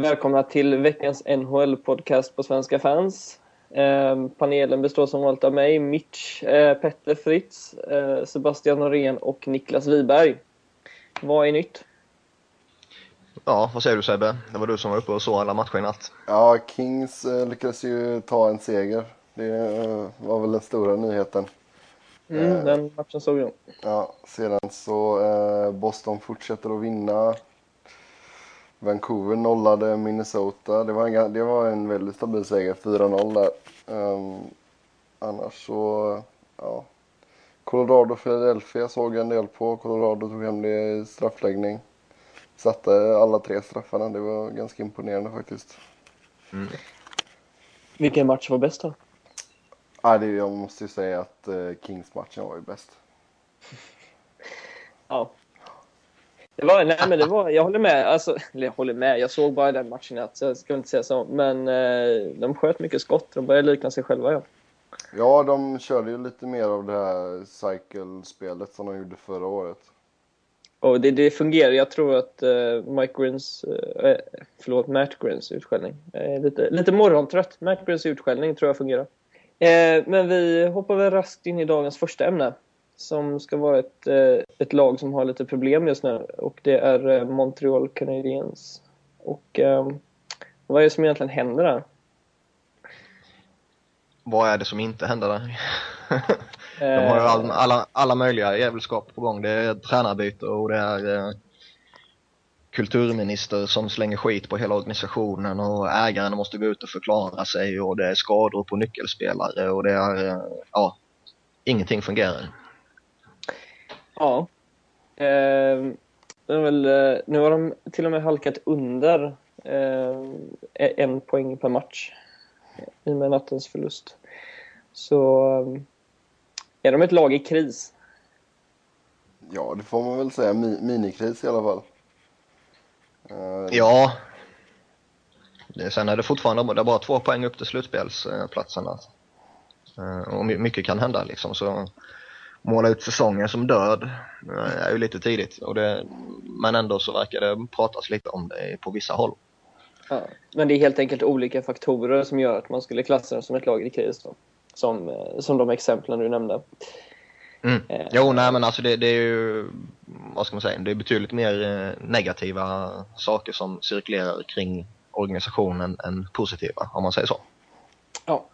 Välkomna till veckans NHL-podcast på Svenska fans. Panelen består som vanligt av mig, Mitch, Petter Fritz, Sebastian Norén och Niklas Wiberg. Vad är nytt? Ja, vad säger du Sebbe? Det var du som var uppe och såg alla matcher i natt. Ja, Kings lyckades ju ta en seger. Det var väl den stora nyheten. Den matchen såg jag. Ja, sedan så Boston fortsätter att vinna. Vancouver nollade Minnesota. Det var en väldigt stabil seger, 4-0 där. Annars så, ja. Colorado, Philadelphia såg jag en del på. Colorado tog hem det i straffläggning. Satte alla 3 straffarna. Det var ganska imponerande faktiskt. Vilken match var bäst då? Jag måste ju säga att Kings-matchen var ju bäst. Ja. Jag håller med. Alltså, jag håller med. Jag såg bara den matchen så jag ska inte säga så. Men de sköt mycket skott. De började likna sig själva, ja. Ja, de körde ju lite mer av det här cycle-spelet som de gjorde förra året. Och det fungerar. Jag tror att Matt Grins utskällning lite morgontrött. Matt Grins utskällning tror jag fungerar. Men vi hoppar väl raskt in i dagens första ämne, som ska vara ett lag som har lite problem just nu, och det är Montreal Canadiens. Och vad är det som egentligen händer där? Vad är det som inte händer där? De har ju alla möjliga jävelskap på gång. Det är tränarbyte och det är kulturminister som slänger skit på hela organisationen, och ägaren måste gå ut och förklara sig, och det är skador på nyckelspelare, och det är ingenting fungerar. Ja. Nu har de till och med halkat under 1 poäng per match i och med nattens förlust. Så är de ett lag i kris? Ja, det får man väl säga. Minikris i alla fall. Ja. Sen är det fortfarande det är bara 2 poäng upp till slutspelsplatserna. Och mycket kan hända liksom, så måla ut säsongen som död är ju lite tidigt, men ändå så verkar det pratas lite om det på vissa håll. Ja, men det är helt enkelt olika faktorer som gör att man skulle klassa dem som ett lag i kris då, som de exemplen du nämnde. Men alltså det är ju, vad ska man säga, det är betydligt mer negativa saker som cirkulerar kring organisationen än positiva, om man säger så. Ja,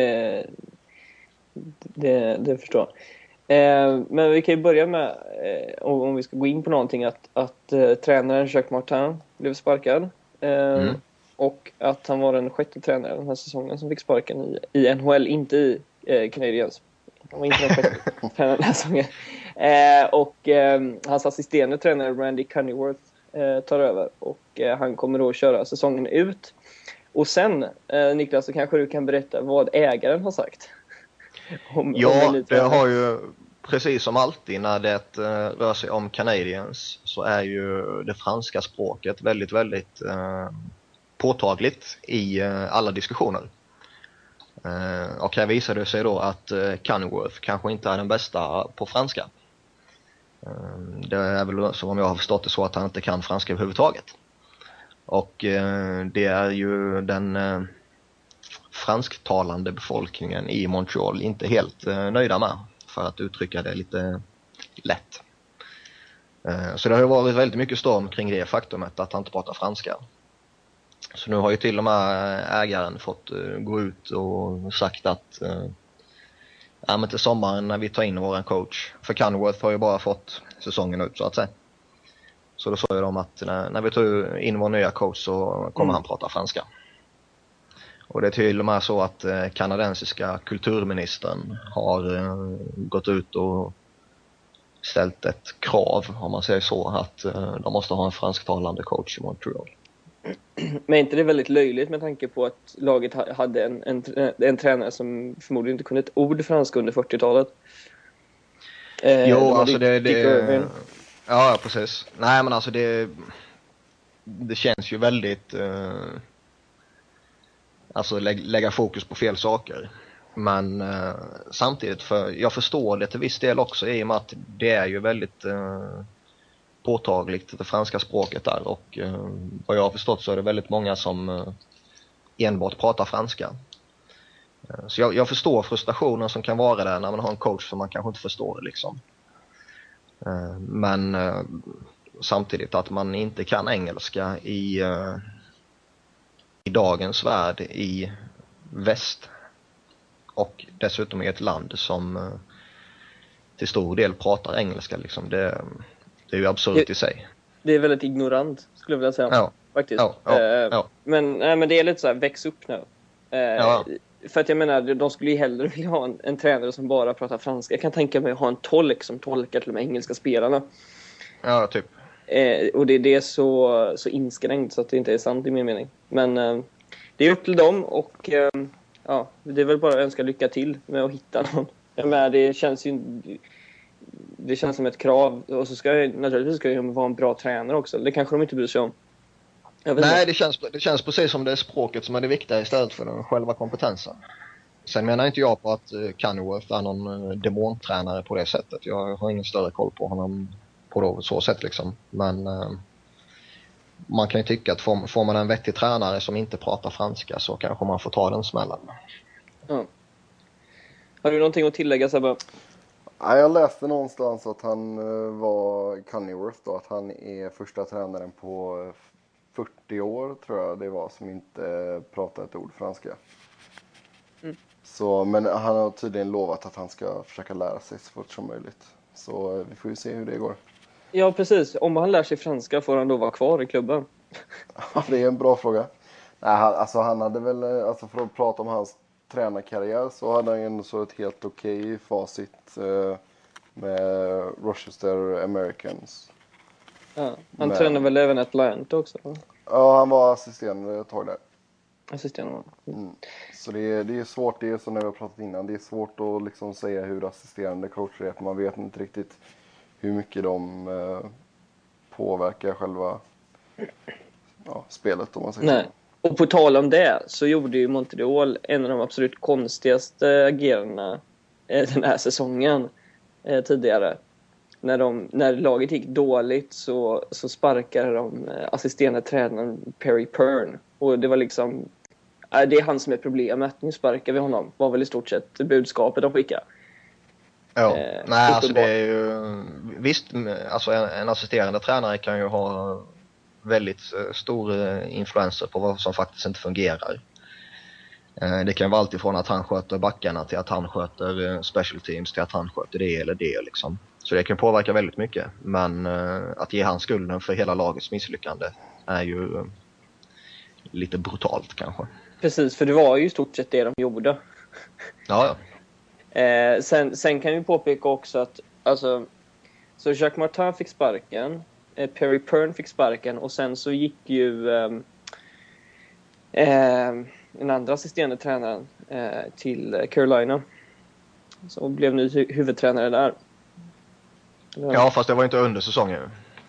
det förstår jag. Men vi kan ju börja med, om vi ska gå in på någonting, att tränaren Jacques Martin blev sparkad. Och att han var den 6:e tränaren den här säsongen som fick sparken i NHL, inte i Canadiens. Han var inte den 6:e tränaren den här säsongen. Och hans assisterande tränare Randy Cunninworth tar över, och han kommer då köra säsongen ut. Och sen, Niklas, så kanske du kan berätta vad ägaren har sagt. Det har ju, precis som alltid när det rör sig om Canadiens, så är ju det franska språket väldigt, väldigt påtagligt i alla diskussioner. Och här visade det sig då att Cunninworth kanske inte är den bästa på franska. Det är väl, som om jag har förstått det, så att han inte kan franska överhuvudtaget. Och det är ju den fransktalande befolkningen i Montreal inte helt nöjda med, för att uttrycka det lite lätt. Så det har ju varit väldigt mycket storm kring det faktumet att han inte pratar franska. Så nu har ju till och med ägaren fått gå ut och sagt att men till sommaren när vi tar in våran coach, för Cunninworth har ju bara fått säsongen ut så att säga. Så då sa ju de att när vi tar in vår nya coach så kommer han prata franska. Och det är till och med så att kanadensiska kulturministern har gått ut och ställt ett krav, om man säger så, att de måste ha en fransktalande coach i Montreal. Men inte det är väldigt löjligt med tanke på att laget hade en tränare som förmodligen inte kunde ett ord franska under 40-talet? Alltså ja, precis. Nej, men alltså det känns ju väldigt alltså lägga fokus på fel saker. Men samtidigt, för jag förstår det till viss del också, i och med att det är ju väldigt påtagligt det franska språket där, och vad jag har förstått så är det väldigt många som enbart pratar franska. Så jag förstår frustrationen som kan vara där när man har en coach som man kanske inte förstår liksom. Men samtidigt att man inte kan engelska i dagens värld i väst, och dessutom i ett land som till stor del pratar engelska liksom. Det är ju absurt i sig. Det är väldigt ignorant skulle jag vilja säga. Ja. Faktiskt. Ja. Men det är lite så här, väx upp nu. För att jag menar, de skulle ju hellre vilja ha en tränare som bara pratar franska. Jag kan tänka mig att ha en tolk som tolkar till de engelska spelarna. Ja, typ. Och det är så inskränkt så att det inte är sant i min mening. Men det är upp till dem, och det är väl bara att önska lycka till med att hitta någon. Jag menar, det känns som ett krav, och så naturligtvis ska jag vara en bra tränare också. Det kanske de inte bryr sig om. Nej, det känns precis som det är språket som är det viktiga istället för den själva kompetensen. Sen menar inte jag på att Cunninworth är någon demontränare på det sättet. Jag har ingen större koll på honom på så sätt liksom. Men man kan ju tycka att får man en vettig tränare som inte pratar franska så kanske man får ta den smällen. Ja. Har du någonting att tillägga, Sebbe? Ja, jag läste någonstans att han var Cunninworth då, att han är första tränaren på 40 år tror jag det var som inte pratar ett ord franska. Så, men han har tydligen lovat att han ska försöka lära sig så fort som möjligt. Så vi får ju se hur det går. Ja, precis. Om han lär sig franska får han då vara kvar i klubben. Ja, det är en bra fråga. Nej, han hade väl, för att prata om hans tränarkarriär så hade han ändå så ett helt okej facit med Rochester Americans. Ja, han tränar väl även Atlanta också? Va? Ja, han var assisterande ett tag där. Assisterande. Så det är svårt, det är som när vi har pratat innan, det är svårt att liksom säga hur assisterande coacher är, för man vet inte riktigt hur mycket de påverkar själva spelet om man säger. Nej. Så. Och på tal om det så gjorde ju Montreal en av de absolut konstigaste agerarna den här säsongen tidigare. När laget gick dåligt så sparkade de assisterande tränaren Perry Pern. Och det var liksom, det är han som är problemet. Nu sparkar vi honom. Var väl i stort sett budskapet de skickade. Ja, nej alltså det är ju visst, alltså en assisterande tränare kan ju ha väldigt stor influenser på vad som faktiskt inte fungerar. Det kan vara allt ifrån att han sköter backarna till att han sköter special teams till att han sköter det eller det liksom. Så det kan påverka väldigt mycket. Men att ge han skulden för hela lagets misslyckande är ju lite brutalt kanske. Precis, för det var ju i stort sett det de gjorde. Ja. Sen kan vi påpeka också att så Jacques Martin fick sparken, Perry Pern fick sparken, och sen så gick ju den andra assisterande tränaren till Carolina. Så blev nu huvudtränare där. Ja, fast det var inte under säsongen.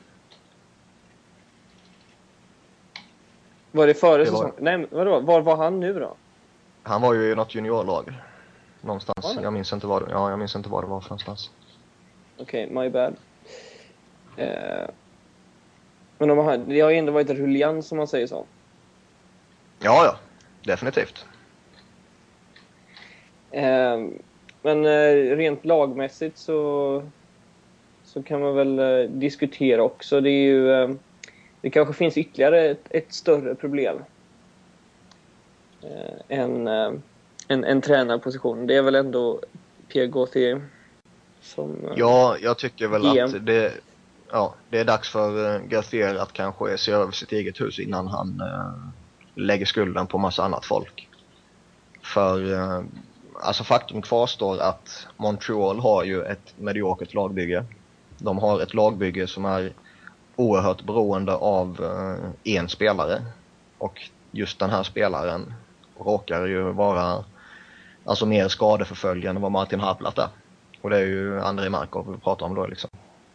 Var det före säsongen? Nej, vadå? Var var han nu då? Han var ju i något juniorlag någonstans. Jag minns inte vad det var för någonstans. Okej, my bad. Men det har ju ändå varit rullian som man säger så. Ja, definitivt. Men rent lagmässigt så kan man väl diskutera också. Det är ju det kanske finns ytterligare ett större problem än en tränarposition. Det är väl ändå Pierre Gauthier som ja, jag tycker väl GM. Att det är dags för Gauthier att kanske se över sitt eget hus innan han lägger skulden på massa annat folk. För alltså faktum kvarstår att Montreal har ju ett mediokert lagbygge. De har ett lagbygge som är oerhört beroende av en spelare. Och just den här spelaren råkar ju vara alltså mer skadeförföljande än vad Martin Hablat är. Och det är ju Andrei Markov vi pratar om då liksom.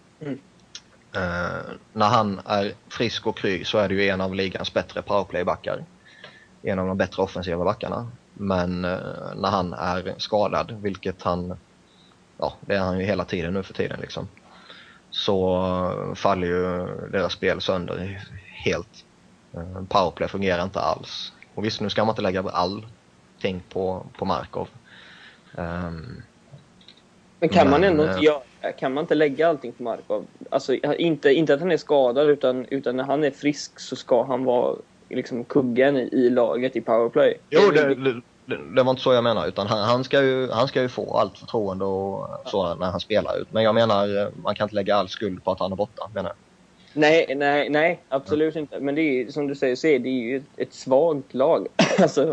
När han är frisk och kry så är det ju en av ligans bättre powerplaybackar. En av de bättre offensiva backarna. Men när han är skadad, vilket det är han ju hela tiden nu för tiden liksom. så faller ju deras spel sönder helt. Powerplay fungerar inte alls. Och visst, nu ska man inte lägga allting på Markov. Men kan man ändå inte göra, kan man inte lägga allting på Markov? Alltså inte att han är skadad, utan när han är frisk så ska han vara liksom kuggen i laget i powerplay. Jo, det var inte så jag menar, utan han ska ju få allt förtroende och så när han spelar ut. Men jag menar, man kan inte lägga all skuld på att han är borta, menar jag. Nej, absolut inte. Men det är ju, som du säger, så är det ju ett svagt lag. alltså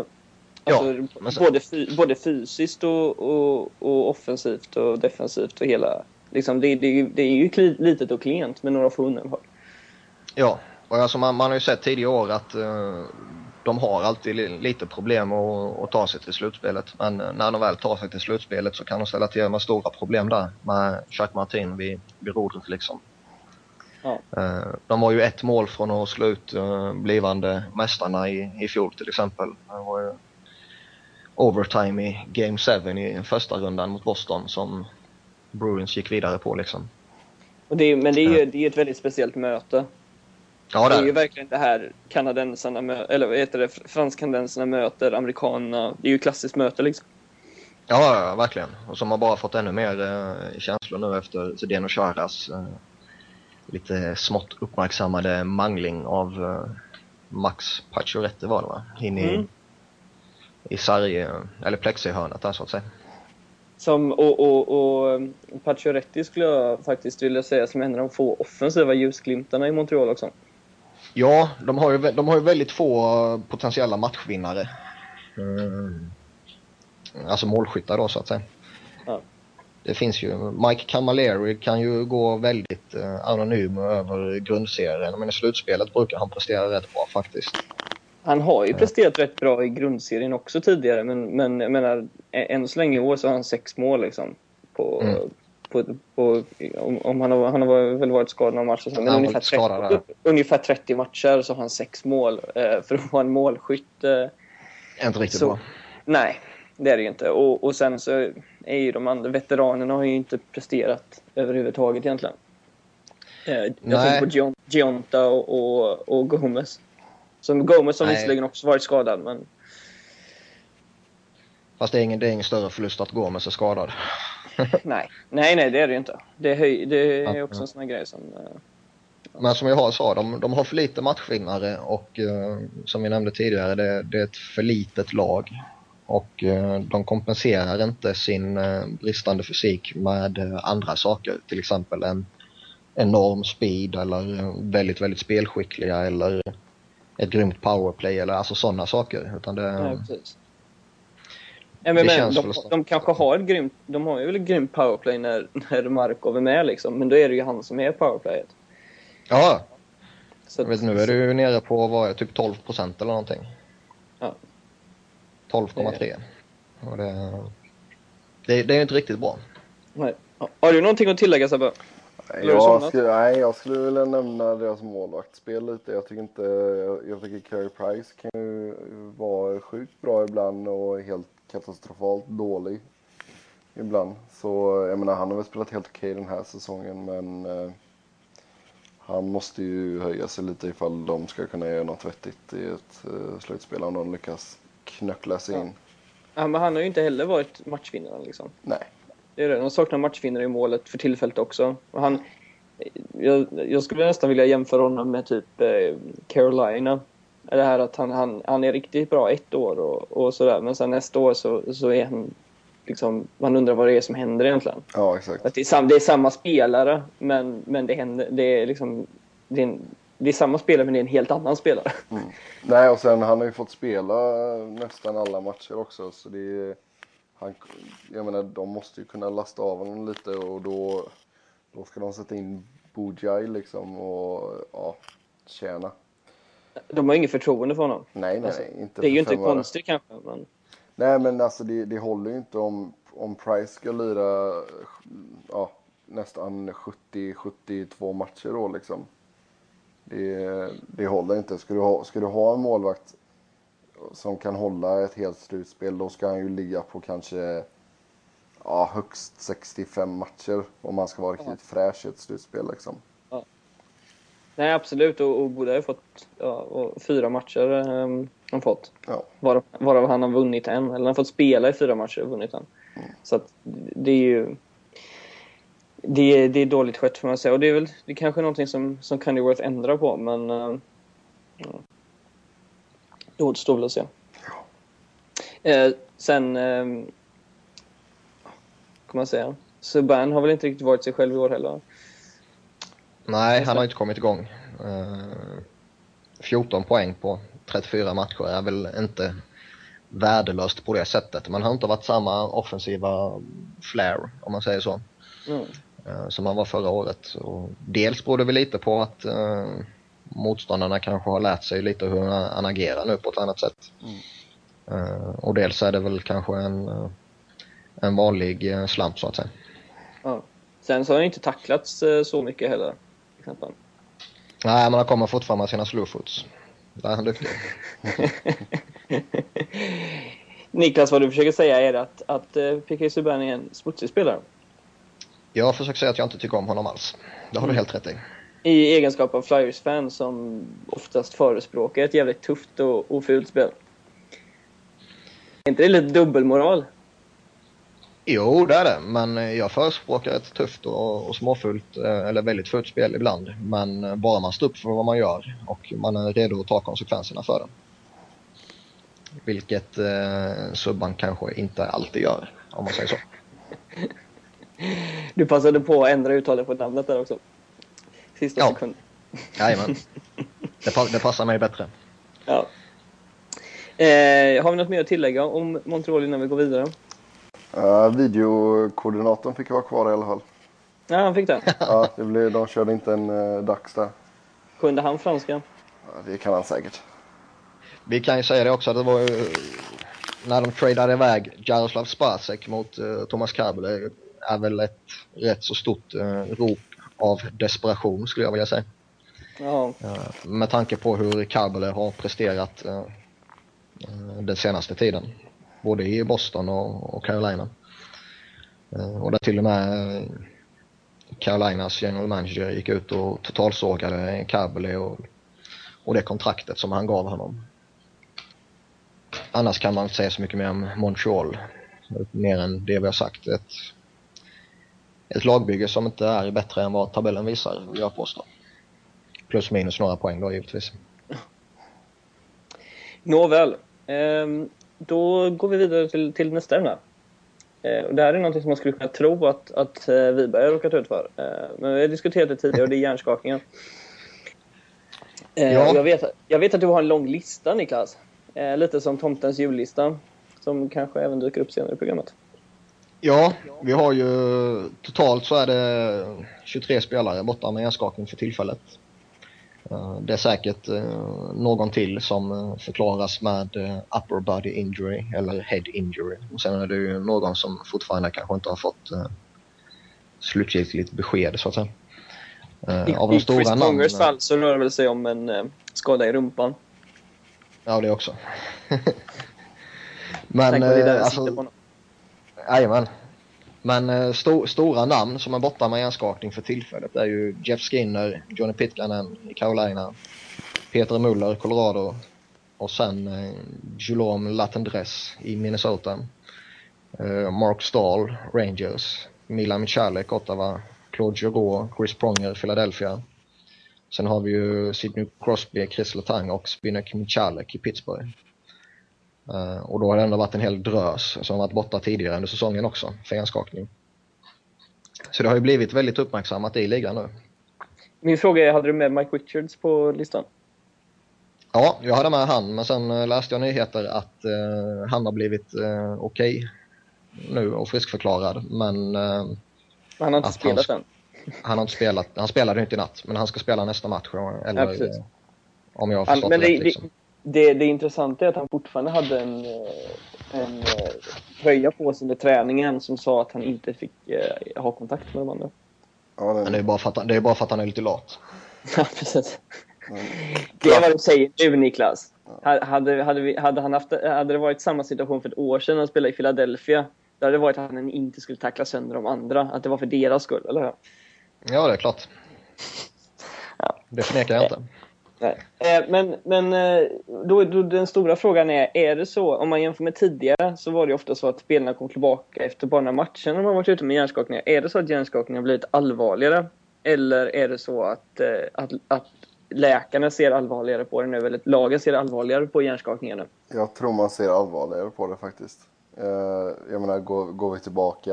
både fysiskt och offensivt och defensivt och hela. Liksom, det är ju litet och klent med några få undantag. Ja, och alltså man har ju sett tidigare år att de har alltid lite problem att ta sig till slutspelet. Men när de väl tar sig till slutspelet så kan de ställa till med stora problem där med Jacques Martin vid rodret liksom. Ja. De var ju ett mål från att slå ut blivande mästarna i fjol till exempel. Det var ju overtime i Game 7 i första rundan mot Boston som Bruins gick vidare på liksom. Det är ju ett väldigt speciellt möte. Ja, det är ju verkligen det här fransk-kanadensarna möter amerikanerna. Det är ju klassiskt möte liksom. Ja, verkligen. Och som har bara fått ännu mer känslor nu efter Zdeno Charas lite smått uppmärksammade mangling av Max Pacioretty var det, va? In i sarg, eller plexihörnet där så att säga. Och Pacioretty skulle jag faktiskt vilja säga som en av de få offensiva ljusglimtarna i Montreal också. Ja, de har ju väldigt få potentiella matchvinnare. Alltså målskyttar då så att säga. Ja. Det finns ju, Mike Cammalleri kan ju gå väldigt anonym över grundserien. Men i slutspelet brukar han prestera rätt bra faktiskt. Han har ju presterat rätt bra i grundserien också tidigare. Men jag menar, än så länge i år så har han 6 mål liksom. Om han har väl varit skadad någon match. Men ungefär 30 matcher så har han 6 mål. För att vara en målskytt. Inte riktigt bra. Nej, det är det ju inte. Och sen så är ju de andra veteranerna har ju inte presterat överhuvudtaget egentligen. Jag tänker på Gionta och Gomez. Gomez som visserligen också varit skadad, men... Fast det är ingen större förlust att Gomez är skadad. Nej, det är det ju inte. Det är också en sån här grej som... Men som jag sa, de har för lite matchvinnare och som vi nämnde tidigare, det är ett för litet lag. Och de kompenserar inte sin bristande fysik med andra saker. Till exempel en enorm speed eller väldigt, väldigt spelskickliga eller ett grymt powerplay eller alltså sådana saker. Utan Nej, precis. De kanske har de har ju väl ett grymt powerplay när Markov är med liksom. Men då är det ju han som är powerplayet. Ja. Så nu är du ju nere på typ 12% eller någonting. Ja. 12,3. Och det är inte riktigt bra. Nej. Har du någonting att tillägga, Sabbe? Jag skulle vilja nämna deras målvaktsspel lite. Jag tycker Carey Price kan ju vara sjukt bra ibland och helt katastrofalt dålig ibland. Så jag menar, han har väl spelat helt okej den här säsongen, men han måste ju höja sig lite ifall de ska kunna göra något vettigt i ett slutspel om de lyckas knöckla sig in. Ja, men han har ju inte heller varit matchvinnare liksom. Nej. Det är det. De saknar matchvinnare i målet för tillfället också. Och jag skulle nästan vilja jämföra honom med typ Carolina. Det här att han är riktigt bra ett år och sådär. Men sen nästa år så är han liksom, man undrar vad det är som händer egentligen. Ja, exakt. Att det är samma spelare, men det händer, det är liksom det är samma spelare, men det är en helt annan spelare. Mm. Nej, och sen han har ju fått spela nästan alla matcher också, så det är jag menar, de måste ju kunna lasta av honom lite, och då ska de sätta in Bujaj liksom och tjäna. De har inget förtroende för honom. Nej, alltså, inte. Det är ju inte konstigt kanske, men... Nej, men alltså det håller ju inte om Price ska lira nästan 70-72 matcher då liksom. Det håller inte. Ska du ha en målvakt som kan hålla ett helt slutspel, då ska han ju ligga på kanske Ja, högst 65 matcher om man ska vara riktigt fräsch i ett slutspel liksom. Ja. Nej, absolut. Och Bodö har fått 4 matcher han fått. Ja. Varav han har vunnit en. Eller han har fått spela i 4 matcher och vunnit en. Så att det är ju... Det är dåligt skött får man säga. Och det är väl det är kanske någonting som Kenilworth ändrar på. Men det återstår väl att se. Sen kan man säga. Subban har väl inte riktigt varit sig själv i år heller. Nej, han har inte kommit igång. 14 poäng på 34 matcher är väl inte värdelöst på det sättet. Man har inte varit samma offensiva flair, om man säger så, som man var förra året. Och dels beror det väl lite på att motståndarna kanske har lärt sig lite hur han agerar nu på ett annat sätt. Och dels är det väl kanske en vanlig slamp så att säga. Ja. Sen så har han inte tacklats så mycket heller. Exempel. Nej, men han kommer fortfarande med sina slowfoots. Där är han duktig. Niklas, vad du försöker säga är att P.K. Subban är en smutsig spelare. Jag försöker säga att jag inte tycker om honom alls. Det har du helt rätt i. I egenskap av Flyers-fan som oftast förespråkar ett jävligt tufft och fult spel. Är inte det lite dubbelmoral? Jo, det är det. Men jag förespråkar ett tufft och småfullt eller väldigt fult spel ibland. Men bara man står upp för vad man gör och man är redo att ta konsekvenserna för det. Vilket Subban kanske inte alltid gör, om man säger så. Du passade på att ändra uttalet på namnet där också. Sista sekund. Jajamän. Det passar mig bättre. Ja. Har vi något mer att tillägga om Montreal innan vi går vidare? Videokoordinatorn fick vara kvar i alla fall. Ja, han fick det. Ja, de körde inte en dags där. Kunde han franska? Ja, det kan han säkert. Vi kan ju säga det också, det var ju när de tradade iväg Jaroslav Spacek mot Thomas Kabel är väl ett rätt så stort rop av desperation skulle jag vilja säga. Ja. Med tanke på hur Kabel har presterat den senaste tiden. Både i Boston och Carolina. Och där till och med Carolinas general manager gick ut och totalsågade Kabel och det kontraktet som han gav honom. Annars kan man inte säga så mycket mer om Montreal. Mer än det vi har sagt. Ett lagbygge som inte är bättre än vad tabellen visar, vill jag påstå. Plus minus några poäng då givetvis. Nåväl. Då går vi vidare till nästa ämne. Och det här är något som man skulle kunna tro att Wiberg har råkat ut för. Men vi har diskuterat det tidigare och det är hjärnskakningen. Ja. Jag vet att du har en lång lista, Niklas. Lite som Tomtens jullista. Som kanske även dyker upp senare i programmet. Ja, vi har ju totalt så är det 23 spelare borta med hjärnskakning för tillfället. Det är säkert någon till som förklaras med upper body injury eller head injury. Och sen är det ju någon som fortfarande kanske inte har fått slutgiltigt besked så att säga. Av de stora namnen. I Chris Prongers fall så rör det väl sig om en skada i rumpan. Ja, det också. Men alltså, jajamän. Men stora namn som är borta med hjärnskakning för tillfället är ju Jeff Skinner, Johnny Pitkanen i Carolina, Peter Muller, Colorado och sen Guillaume Latendresse i Minnesota, Mark Stahl, Rangers, Milan Michalek, Ottawa, Claude Giroux, Chris Pronger, Philadelphia. Sen har vi ju Sidney Crosby, Chris Letang och Zbigniew Michalek i Pittsburgh. Och då har det ändå varit en hel drös som har varit borta tidigare under säsongen också för hjärnskakning. Så det har ju blivit väldigt uppmärksammat i ligan nu. Min fråga är, hade du med Mike Richards på listan? Ja, jag hade med han, men sen läste jag nyheter att han har blivit okej nu och friskförklarad. Men han har inte spelat än. Han har inte spelat, han spelade inte i natt, men han ska spela nästa match. Eller, ja, om jag har förstått men det rätt liksom. Det intressanta är att han fortfarande hade en tröja på sig under träningen som sa att han inte fick ha kontakt med de andra. Ja, men det är bara för att han är lite lat. Ja, precis. Det är vad du säger nu, Niklas. Hade det varit samma situation för ett år sedan han spelade i Philadelphia Det hade varit att han inte skulle tackla sönder de andra. Att det var för deras skull, eller hur? Ja, det är klart. Ja. Det förnekar jag inte. Nej. Men då den stora frågan är det så, om man jämför med tidigare så var det ofta så att spelarna kom tillbaka efter bara några matcher när man varit ute med hjärnskakningar. Är det så att hjärnskakningar har blivit allvarligare? Eller är det så att läkarna ser allvarligare på det nu, eller lagen ser allvarligare på hjärnskakningarna? Jag tror man ser allvarligare på det faktiskt. Jag menar, går vi tillbaka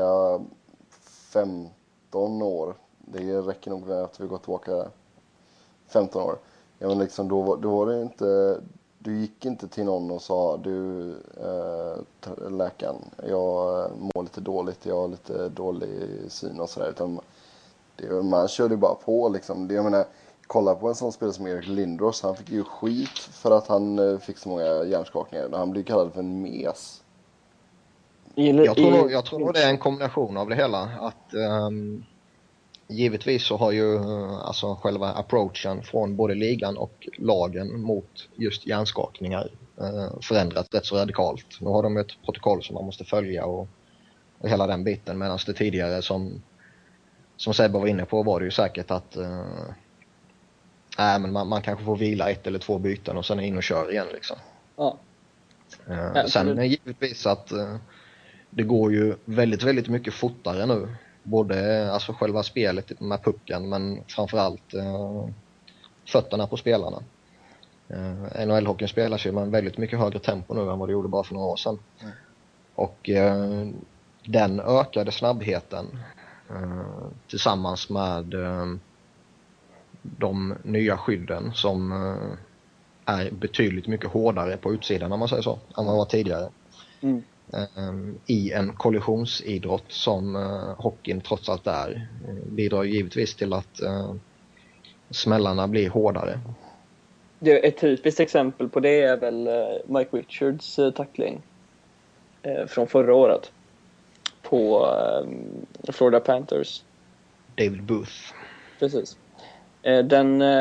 15 år, det räcker nog med att vi går tillbaka 15 år. Jag menar, liksom, då var det inte, du gick inte till någon och sa, du läkaren, jag mår lite dåligt, jag har lite dålig syn och sådär, utan man körde bara på liksom. Jag menar, kolla på en sån spelare som Eric Lindros, han fick ju skit för att han fick så många hjärnskakningar. Han blev kallad för en mes. Jag tror nog det är en kombination av det hela. Att givetvis så har ju alltså själva approachen från både ligan och lagen mot just hjärnskakningar förändrats rätt så radikalt. Nu har de ett protokoll som man måste följa och hela den biten, medan det tidigare som Sebbe var inne på var det ju säkert att men man kanske får vila 1 eller 2 byten och sen in och kör igen liksom. Ja. Sen är givetvis att det går ju väldigt, väldigt mycket fortare nu. Både alltså själva spelet med pucken, men framförallt fötterna på spelarna. NHL-hockeyn spelar sig med en väldigt mycket högre tempo nu än vad det gjorde bara för några år sedan. Och den ökade snabbheten tillsammans med de nya skydden som är betydligt mycket hårdare på utsidan, om man säger så, än vad var tidigare. I en kollisionsidrott som hockeyn trots allt är, bidrar givetvis till att smällarna blir hårdare. Ett typiskt exempel på det är väl Mike Richards tackling från förra året på Florida Panthers. David Booth. Precis. Det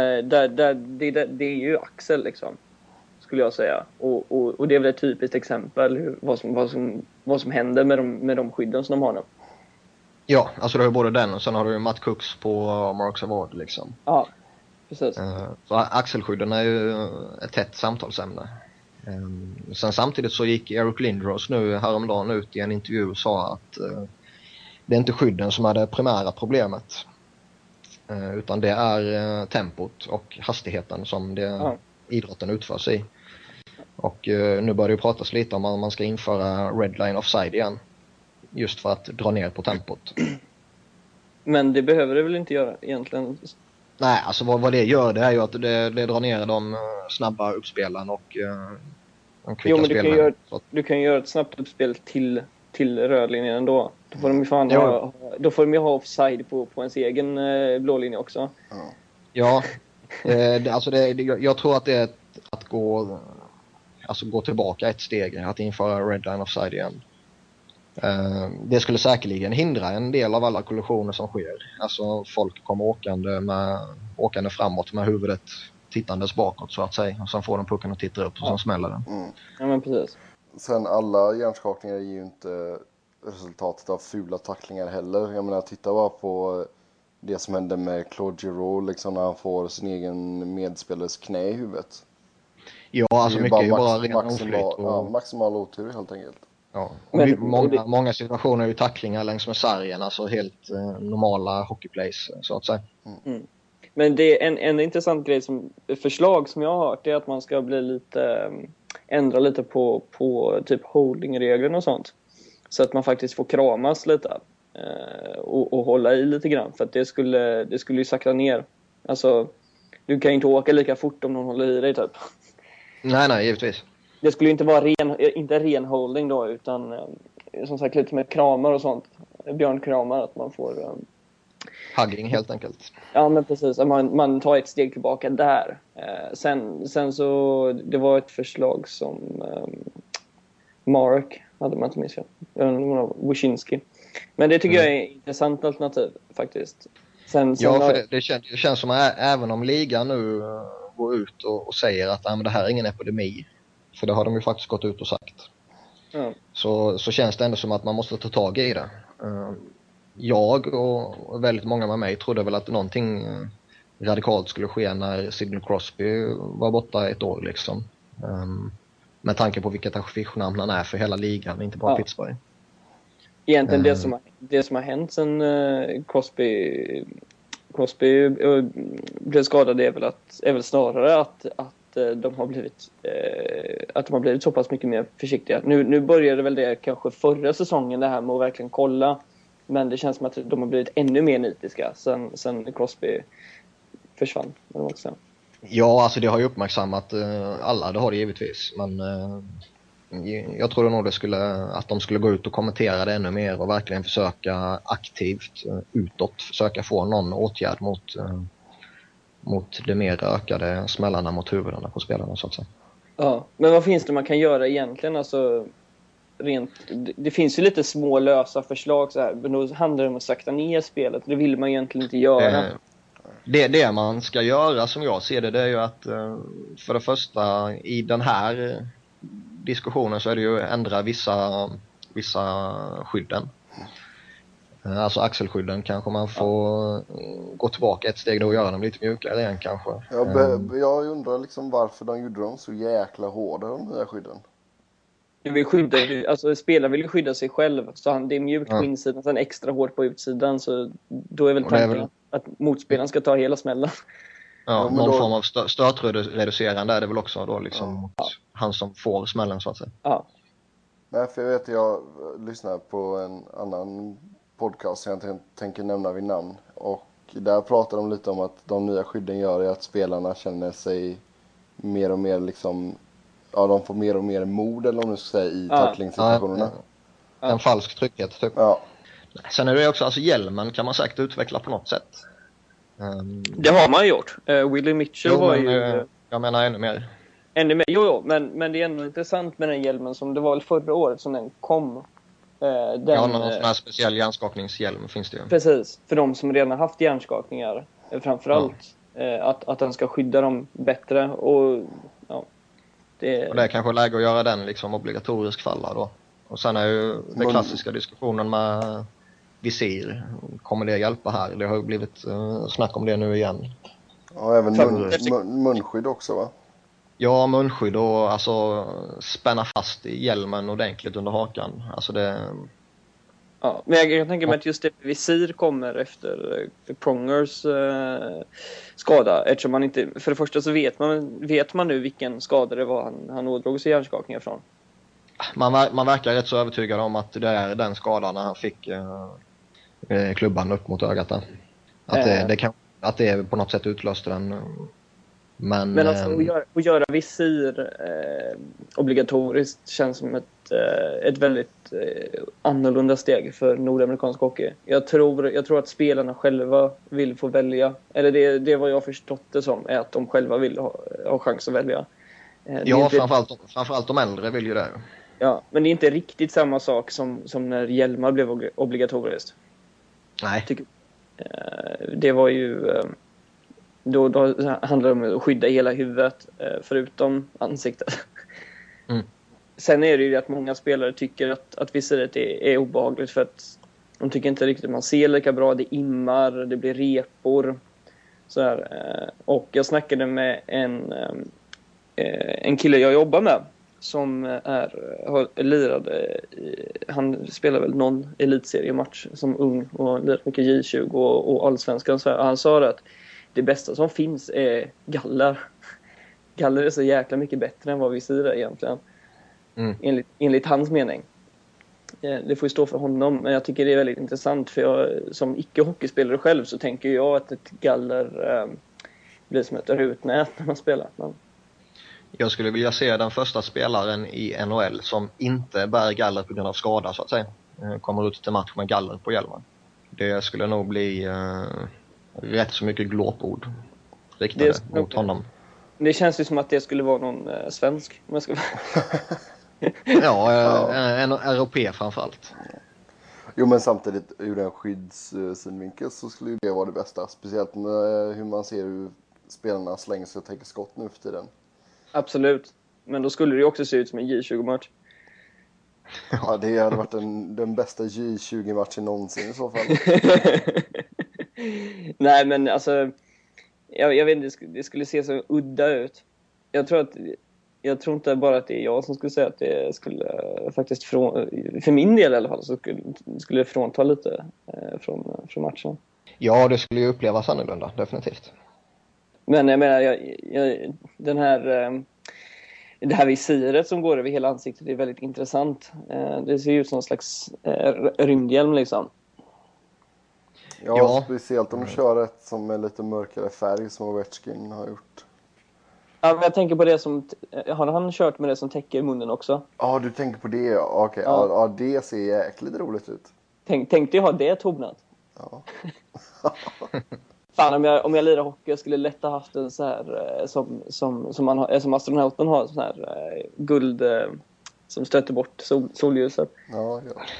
är ju axel liksom, skulle jag säga. Och det är väl ett typiskt exempel vad som händer med de skydden som de har nu. Ja, alltså det har ju både den och sen har du Matt Cooks på Marks Award liksom. Ja, precis. Så axelskydden är ju ett tätt samtalsämne. Sen samtidigt så gick Eric Lindros nu häromdagen ut i en intervju och sa att det är inte skydden som är det primära problemet. Utan det är tempot och hastigheten som idrotten utförs i. Och nu börjar det pratas lite om att man ska införa red line offside igen. Just för att dra ner på tempot. Men det behöver det väl inte göra egentligen? Nej, alltså vad det gör, det är ju att det drar ner de snabba uppspelen och de kvicka spelen. Du kan göra ett snabbt uppspel till rödlinjen ändå. Då får de ju ha offside på ens egen blålinje också. Ja, jag tror att det är att gå tillbaka ett steg, att införa red line offside igen. Det skulle säkerligen hindra en del av alla kollisioner som sker. Alltså folk kommer åkande framåt med huvudet tittandes bakåt så att säga. Och sen får de pucken och tittar upp och sen smäller den. Ja, men precis. Sen alla hjärnskakningar är ju inte resultatet av fula tacklingar heller. Jag menar, titta bara på det som hände med Claude Giroux liksom, när han får sin egen medspelares knä i huvudet. Ja, alltså mycket är ju bara ren oflyt. Maximal otur helt enkelt. Ja, och många situationer är ju tacklingar längs med sargen, alltså helt normala hockeyplays så att säga. Men det är en intressant grej förslag som jag har hört, det är att man ska bli ändra lite på typ holdingreglerna och sånt. Så att man faktiskt får kramas lite och hålla i lite grann, för att det skulle ju sakta ner. Alltså, du kan ju inte åka lika fort om någon håller i dig typ. Nej, givetvis. Det skulle ju inte vara inte ren holding då, utan som sagt lite med kramar och sånt. Björnkramar, att man får... Hugging helt enkelt. Ja, men precis. Man tar ett steg tillbaka där. Sen så, det var ett förslag som Mark hade, man inte minns jag. Wyszynski. Men det tycker jag är ett intressant alternativ faktiskt. För det känns som att även om ligan nu går ut och säger att det här är ingen epidemi. För det har de ju faktiskt gått ut och sagt. så känns det ändå som att man måste ta tag i det. Jag och väldigt många med mig trodde väl att någonting radikalt skulle ske när Sidney Crosby var borta ett år liksom. Med tanke på vilket affischnamn han är för hela ligan, inte bara Pittsburgh. Egentligen det som har hänt sen Crosby blev skadad är väl snarare att de har blivit så pass mycket mer försiktiga. Nu började väl det kanske förra säsongen, det här med att verkligen kolla, men det känns som att de har blivit ännu mer nitiska sen Crosby försvann. Ja, alltså det har ju uppmärksammat alla, det har det givetvis, men jag tror nog att de skulle gå ut och kommentera det ännu mer och verkligen försöka aktivt utåt försöka få någon åtgärd mot det mer ökade smällarna mot huvudena på spelarna så att säga. Ja, men vad finns det man kan göra egentligen? Alltså, det finns ju lite små lösa förslag så här, men då handlar det om att sakta ner spelet. Det vill man egentligen inte göra. Det man ska göra som jag ser det är ju att för det första i den här diskussionen så är det ju att ändra vissa skydden. Alltså axelskydden kanske man får gå tillbaka ett steg då och göra dem lite mjukare igen kanske. Jag undrar liksom varför de gjorde dem så jäkla hårda, de nya skydden. Spelaren vill ju skydda sig själv, så det är mjukt på insidan, sen extra hårt på utsidan, så då är väl tanken att motspelaren ska ta hela smällen. Ja, någon form av stötreducerande är det väl också då liksom mot han som får smällen så att säga. Ja. Nej, för jag lyssnar på en annan podcast som jag inte tänker nämna vid namn, och där pratar de lite om att de nya skydden gör är att spelarna känner sig mer och mer liksom, de får mer och mer mod eller om du ska säga i tacklingssituationerna. En falsk trygghet typ. Ja. Sen är det också, alltså hjälmen kan man säkert utveckla på något sätt. Det har man gjort. Willie Mitchell var ju... Jag menar ännu mer. Jo, men det är ändå intressant med den hjälmen som det var väl förra året som den kom. Någon sån här speciell hjärnskakningshjälm finns det ju. Precis, för de som redan har haft hjärnskakningar framförallt. Att den ska skydda dem bättre. Och det är kanske läge att göra den liksom obligatorisk falla då. Och sen är ju den klassiska diskussionen med visir. Kommer det hjälpa här? Det har ju blivit snack om det nu igen. Ja, även munskydd också va? Ja, munskydd och alltså spänna fast i hjälmen ordentligt under hakan. Alltså det... Ja, men jag kan tänka mig att just det visir kommer efter Prongers skada. Eftersom man inte... För det första så vet man nu vilken skada det var han ådrog sig hjärnskakningar från. Man verkar rätt så övertygad om att det är den skadan när han fick klubban upp mot ögat där. Att det på något sätt utlöste den. Men alltså att göra visir obligatoriskt känns som ett väldigt annorlunda steg för nordamerikansk hockey. Jag tror att spelarna själva vill få välja. Eller det är vad jag har förstått det som, är att de själva vill ha chans att välja. Framförallt de äldre vill ju det. Ja, men det är inte riktigt samma sak som när hjälmar blev obligatoriskt. Nej. Det var ju... Då handlar det om att skydda hela huvudet förutom ansiktet. Sen är det ju att många spelare tycker att visiret är obehagligt för att de tycker inte riktigt man ser lika bra. Det immar, det blir repor. Så här. Och jag snackade med en kille jag jobbar med som har lirade han spelar väl någon elitseriematch som ung och lirat mycket J20 och allsvenskan. Så han sa det att det bästa som finns är galler. Galler är så jäkla mycket bättre än vad visir är egentligen. Enligt hans mening. Det får ju stå för honom, men jag tycker det är väldigt intressant för jag som icke-hockeyspelare själv så tänker jag att ett galler blir som ett rutnät när man spelar. Men... Jag skulle vilja se den första spelaren i NHL som inte bär galler på grund av skada så att säga. Kommer ut till match med galler på hjälmen. Det skulle nog bli rätt så mycket glåpord riktade mot honom. Det känns ju som att det skulle vara någon svensk. Om jag ska... En europé framförallt. Jo, men samtidigt ur en skyddssynvinkel så skulle ju det vara det bästa. Speciellt med hur man ser hur spelarna slänger sig och tänker skott nu för tiden. Absolut. Men då skulle det ju också se ut som en J20-match. Ja, det hade varit den bästa J20-matchen någonsin i så fall. Nej, men alltså jag vet inte, det skulle se så udda ut. Jag tror inte bara att det är jag som skulle säga att det skulle faktiskt för min del i alla fall så skulle det frånta lite från matchen. Ja, det skulle ju upplevas annorlunda, definitivt. Men jag menar, det här visiret som går över hela ansiktet är väldigt intressant. Det ser ut som en slags rymdhjälm liksom. Ja, speciellt om du kör ett som är lite mörkare färg som Ovechkin har gjort. Ja, men jag tänker på det som... Har han kört med det som täcker munnen också? Ja, du tänker på det. Okej. Ja, det ser jäkligt roligt ut. Tänkte jag ha det tonat? Ja. Fan, om jag lirar hockey jag skulle lätt ha haft en så här som astronauten har, sån här guld som stöter bort solljuset. Ja.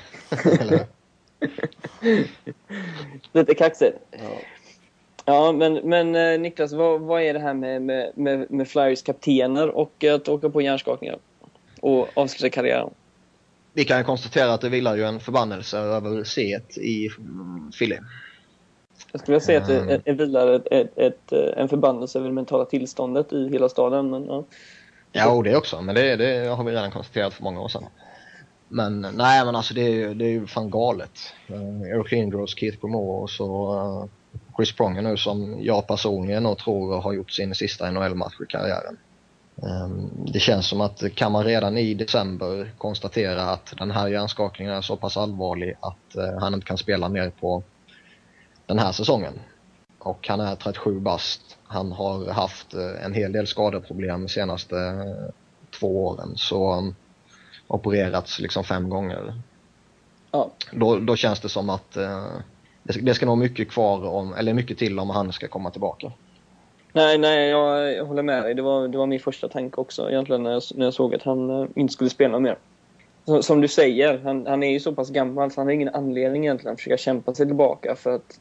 Lite kaxigt. Ja. Ja, men Niklas, vad är det här med Flyers kaptener och att åka på hjärnskakningar och avsluta karriären? Vi kan ju konstatera att det vilar ju en förbannelse över C1 i Philly. Jag skulle säga att det vilar en förbannelse över det mentala tillståndet i hela staden. Men, ja. Ja, och det också. Men det har vi redan konstaterat för många år sedan. Men nej, men alltså det är ju fan galet. Eric Lindros, Keith Promore och så Chris Pronger nu som jag personligen och tror har gjort sin sista NHL-match i karriären. Det känns som att kan man redan i december konstatera att den här hjärnskakningen är så pass allvarlig att han inte kan spela mer på den här säsongen. Och han är 37 bast. Han har haft en hel del skadeproblem de senaste 2 åren. Så opererats liksom 5 gånger. Ja. Då känns det som att det ska nog mycket kvar eller mycket till om han ska komma tillbaka. Nej, jag håller med dig. Det var min första tanke också egentligen när jag såg att han inte skulle spela mer. Som du säger, han är ju så pass gammal så han har ingen anledning egentligen att försöka kämpa sig tillbaka för att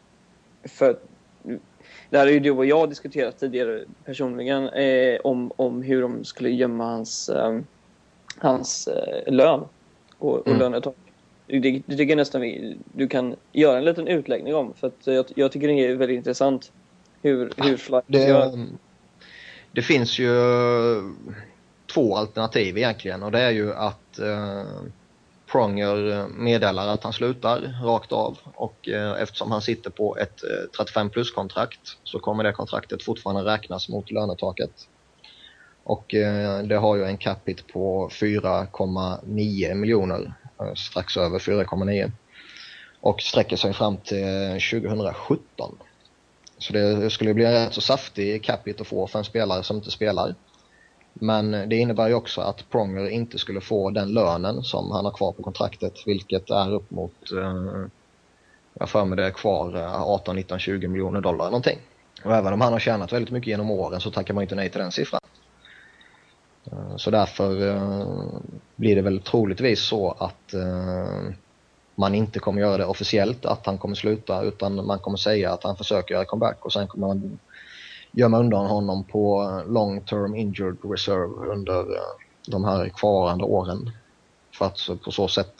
det här är ju du och jag diskuterat tidigare personligen om hur de skulle gömma hans lön och lönetak. Det tycker jag nästan du kan göra en liten utläggning om för att jag tycker det är väldigt intressant hur Flyers gör. Det finns ju 2 alternativ egentligen och det är ju att Pronger meddelar att han slutar rakt av och eftersom han sitter på ett 35 plus kontrakt så kommer det kontraktet fortfarande räknas mot lönetaket. Och det har ju en capita på 4,9 miljoner, strax över 4,9. Och sträcker sig fram till 2017. Så det skulle bli en rätt så saftig capita att få för en spelare som inte spelar. Men det innebär ju också att Pronger inte skulle få den lönen som han har kvar på kontraktet, vilket är upp mot, jag för mig det är kvar 18, 19, 20 miljoner dollar någonting. Och även om han har tjänat väldigt mycket genom åren så tackar man inte nej till den siffran. Så därför blir det väl troligtvis så att man inte kommer göra det officiellt att han kommer sluta, utan man kommer säga att han försöker göra comeback och sen kommer man gömma undan honom på long term injured reserve under de här kvarvarande åren för att på så sätt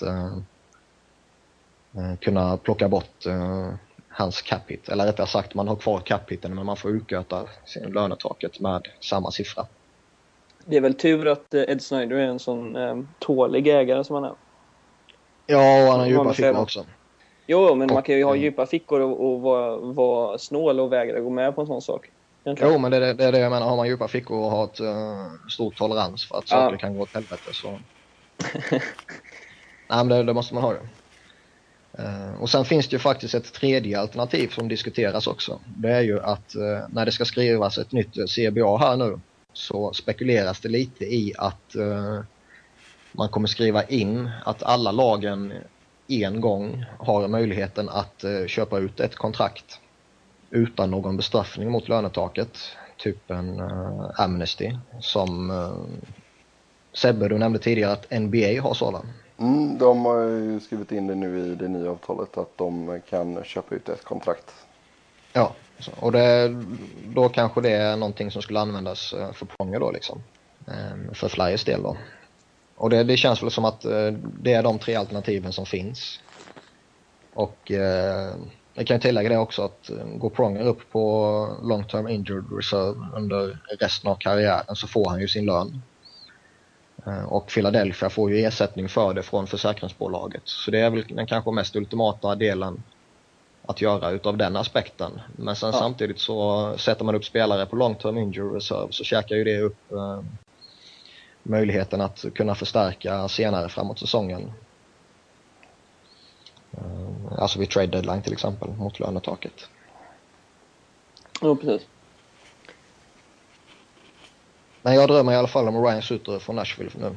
kunna plocka bort hans capita, eller rättare sagt man har kvar capiten men man får utöka sin lönetaket med samma siffra. Det är väl tur att Ed Snyder är en sån tålig ägare som han är. Ja, och han har djupa fickor också. Jo, men man kan ju ha djupa fickor och vara snål och vägra gå med på en sån sak. Jo, men det är det jag menar. Har man djupa fickor och har ett stor tolerans för att saker kan gå åt helvete så... Nej, men det måste man ha det. Och sen finns det ju faktiskt ett tredje alternativ som diskuteras också. Det är ju att när det ska skrivas ett nytt CBA här nu så spekuleras det lite i att man kommer skriva in att alla lagen en gång har möjligheten att köpa ut ett kontrakt utan någon bestraffning mot lönetaket, typ en amnesty som Sebbe, du nämnde tidigare att NBA har sådan. De har ju skrivit in det nu i det nya avtalet att de kan köpa ut ett kontrakt. Ja, och då kanske det är någonting som skulle användas för Pronger då liksom, för Flyers del då. Och det känns väl som att det är de 3 alternativen som finns. Och jag kan tillägga det också att går Pronger upp på long term injured reserve under resten av karriären så får han ju sin lön. Och Philadelphia får ju ersättning för det från försäkringsbolaget. Så det är väl den kanske mest ultimata delen att göra utav den aspekten. Men sen samtidigt så sätter man upp spelare på long term injury reserve så käkar ju det upp möjligheten att kunna förstärka senare framåt säsongen. Alltså vid trade deadline till exempel mot lönetaket. Ja, precis. Men jag drömmer i alla fall om Ryan Suter från Nashville nu.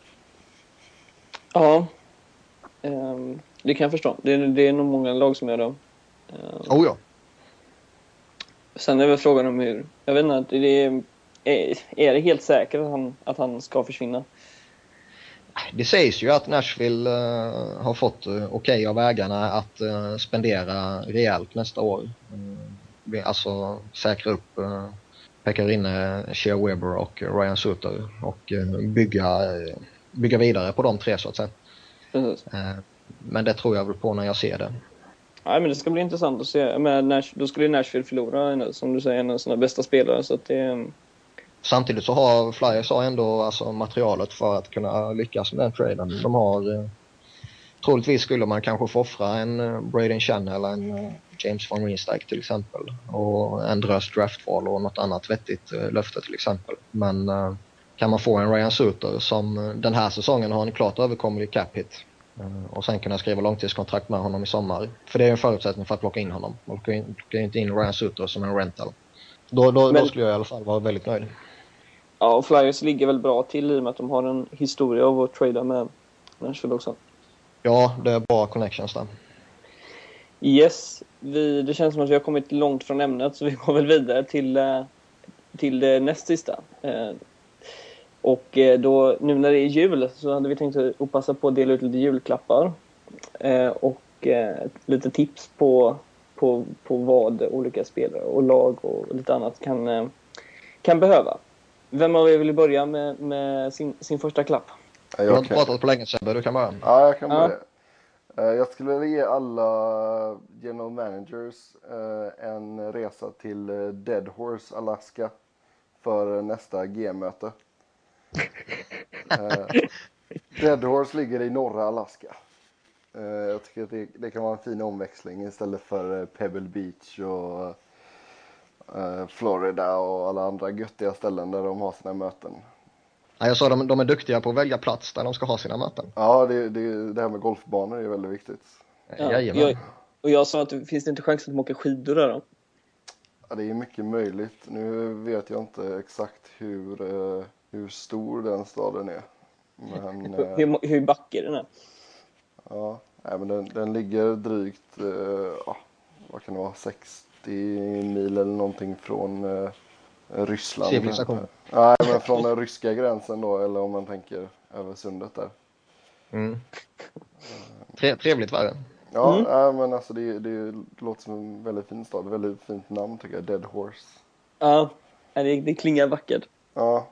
Ja, det kan jag förstå. Det är nog många lag som gör det. Oh ja. Sen är väl frågan om hur... Jag vet inte, är det helt säkert att han ska försvinna? Det sägs ju att Nashville har fått okej av ägarna att spendera rejält nästa år. Alltså säkra upp Pekka Rinne, Shea Weber och Ryan Suter och bygga vidare på de 3 så att säga. Men det tror jag väl på när jag ser det. Nej, men det ska bli intressant att se. Men då skulle Nashville förlora, som du säger, en av sina bästa spelare. Så att det... Samtidigt så har Flyers ändå alltså materialet för att kunna lyckas med den traden. De har troligtvis skulle man kanske få offra en Braden Shen eller en James von Riemsdyk till exempel. Och en drös draftval och något annat vettigt löfte till exempel. Men kan man få en Ryan Suter som den här säsongen har en klart överkomlig cap hit. Och sen kunna skriva långtidskontrakt med honom i sommar. För det är en förutsättning för att plocka in honom. Man plockar inte in Ryan Suter som en rental. Då skulle jag i alla fall vara väldigt nöjd. Ja, och Flyers ligger väl bra till i och med att de har en historia av att trada med Nashville också. Ja, det är bra connections där. Yes, det känns som att vi har kommit långt från ämnet så vi går väl vidare till det näst sista. Och då, nu när det är jul så hade vi tänkt att passa på att dela ut lite julklappar och lite tips på vad olika spelare och lag och lite annat kan behöva. Vem av er vill börja med sin första klapp? Jag har inte pratat på länge sedan, du kan börja. Ja, jag kan börja. Jag skulle vilja ge alla general managers en resa till Dead Horse, Alaska för nästa G-möte. Dead Horse ligger i norra Alaska. Jag tycker att det kan vara en fin omväxling istället för Pebble Beach och Florida och alla andra göttiga ställen där de har sina möten. Ja, jag sa de är duktiga på att välja plats där de ska ha sina möten. Ja, det här med golfbanor är väldigt viktigt. Ja, jag sa att finns det inte chans att de åker skidor där då? Ja, det är mycket möjligt. Nu vet jag inte exakt hur stor den staden är. Men, hur backig den är? Ja, men den ligger drygt vad kan det vara, 60 mil eller någonting från Ryssland. Civilisation. Nej, men från den ryska gränsen då, eller om man tänker över sundet där. Trevligt var det. Ja, men alltså det låter som en väldigt fin stad. Väldigt fint namn tycker jag, Dead Horse. Ja, det klingar vackert. Ja,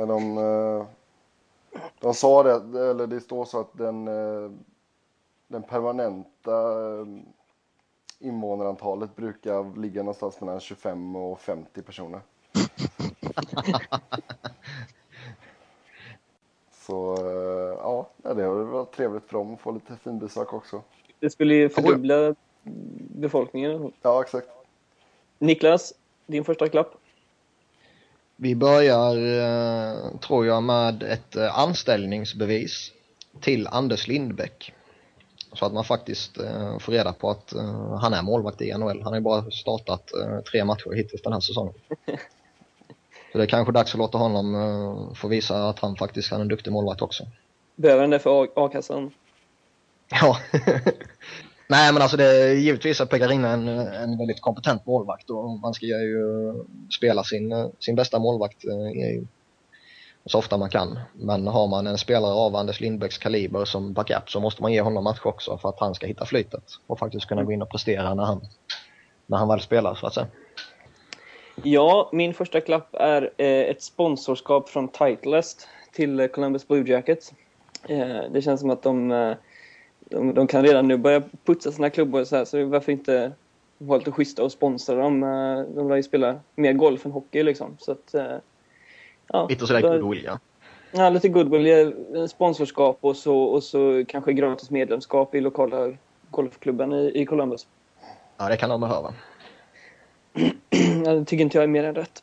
de sa det, eller det står så att den permanenta invånarantalet brukar ligga någonstans mellan 25 och 50 personer. Så det har varit trevligt för dem att få lite finbesök också. Det skulle ju fördubbla befolkningen. Ja, exakt. Niklas, din första klapp? Vi börjar, tror jag, med ett anställningsbevis till Anders Lindbäck. Så att man faktiskt får reda på att han är målvakt i NHL. Han har ju bara startat 3 matcher hittills den här säsongen. Så det är kanske dags att låta honom få visa att han faktiskt är en duktig målvakt också. Behöver han det för A-kassan? Ja. Nej, men alltså det är givetvis att Pekka Rinne en väldigt kompetent målvakt och man ska ju spela sin bästa målvakt så ofta man kan. Men har man en spelare av Anders Lindbäcks kaliber som backup så måste man ge honom match också för att han ska hitta flytet och faktiskt kunna gå in och prestera när han väl spelar så att säga. Ja, min första klapp är ett sponsorskap från Titleist till Columbus Blue Jackets. Det känns som att de kan redan nu börja putsa sina klubbar så här, så varför inte vara lite schyssta och sponsra dem. De lär ju spela mer golf än hockey liksom. Så att, ja, lite sådär goodwill, ja. Ja, lite goodwill, sponsorskap och så kanske gratis medlemskap i lokala golfklubben i Columbus. Ja, det kan de behöva. Det tycker inte jag är mer än rätt.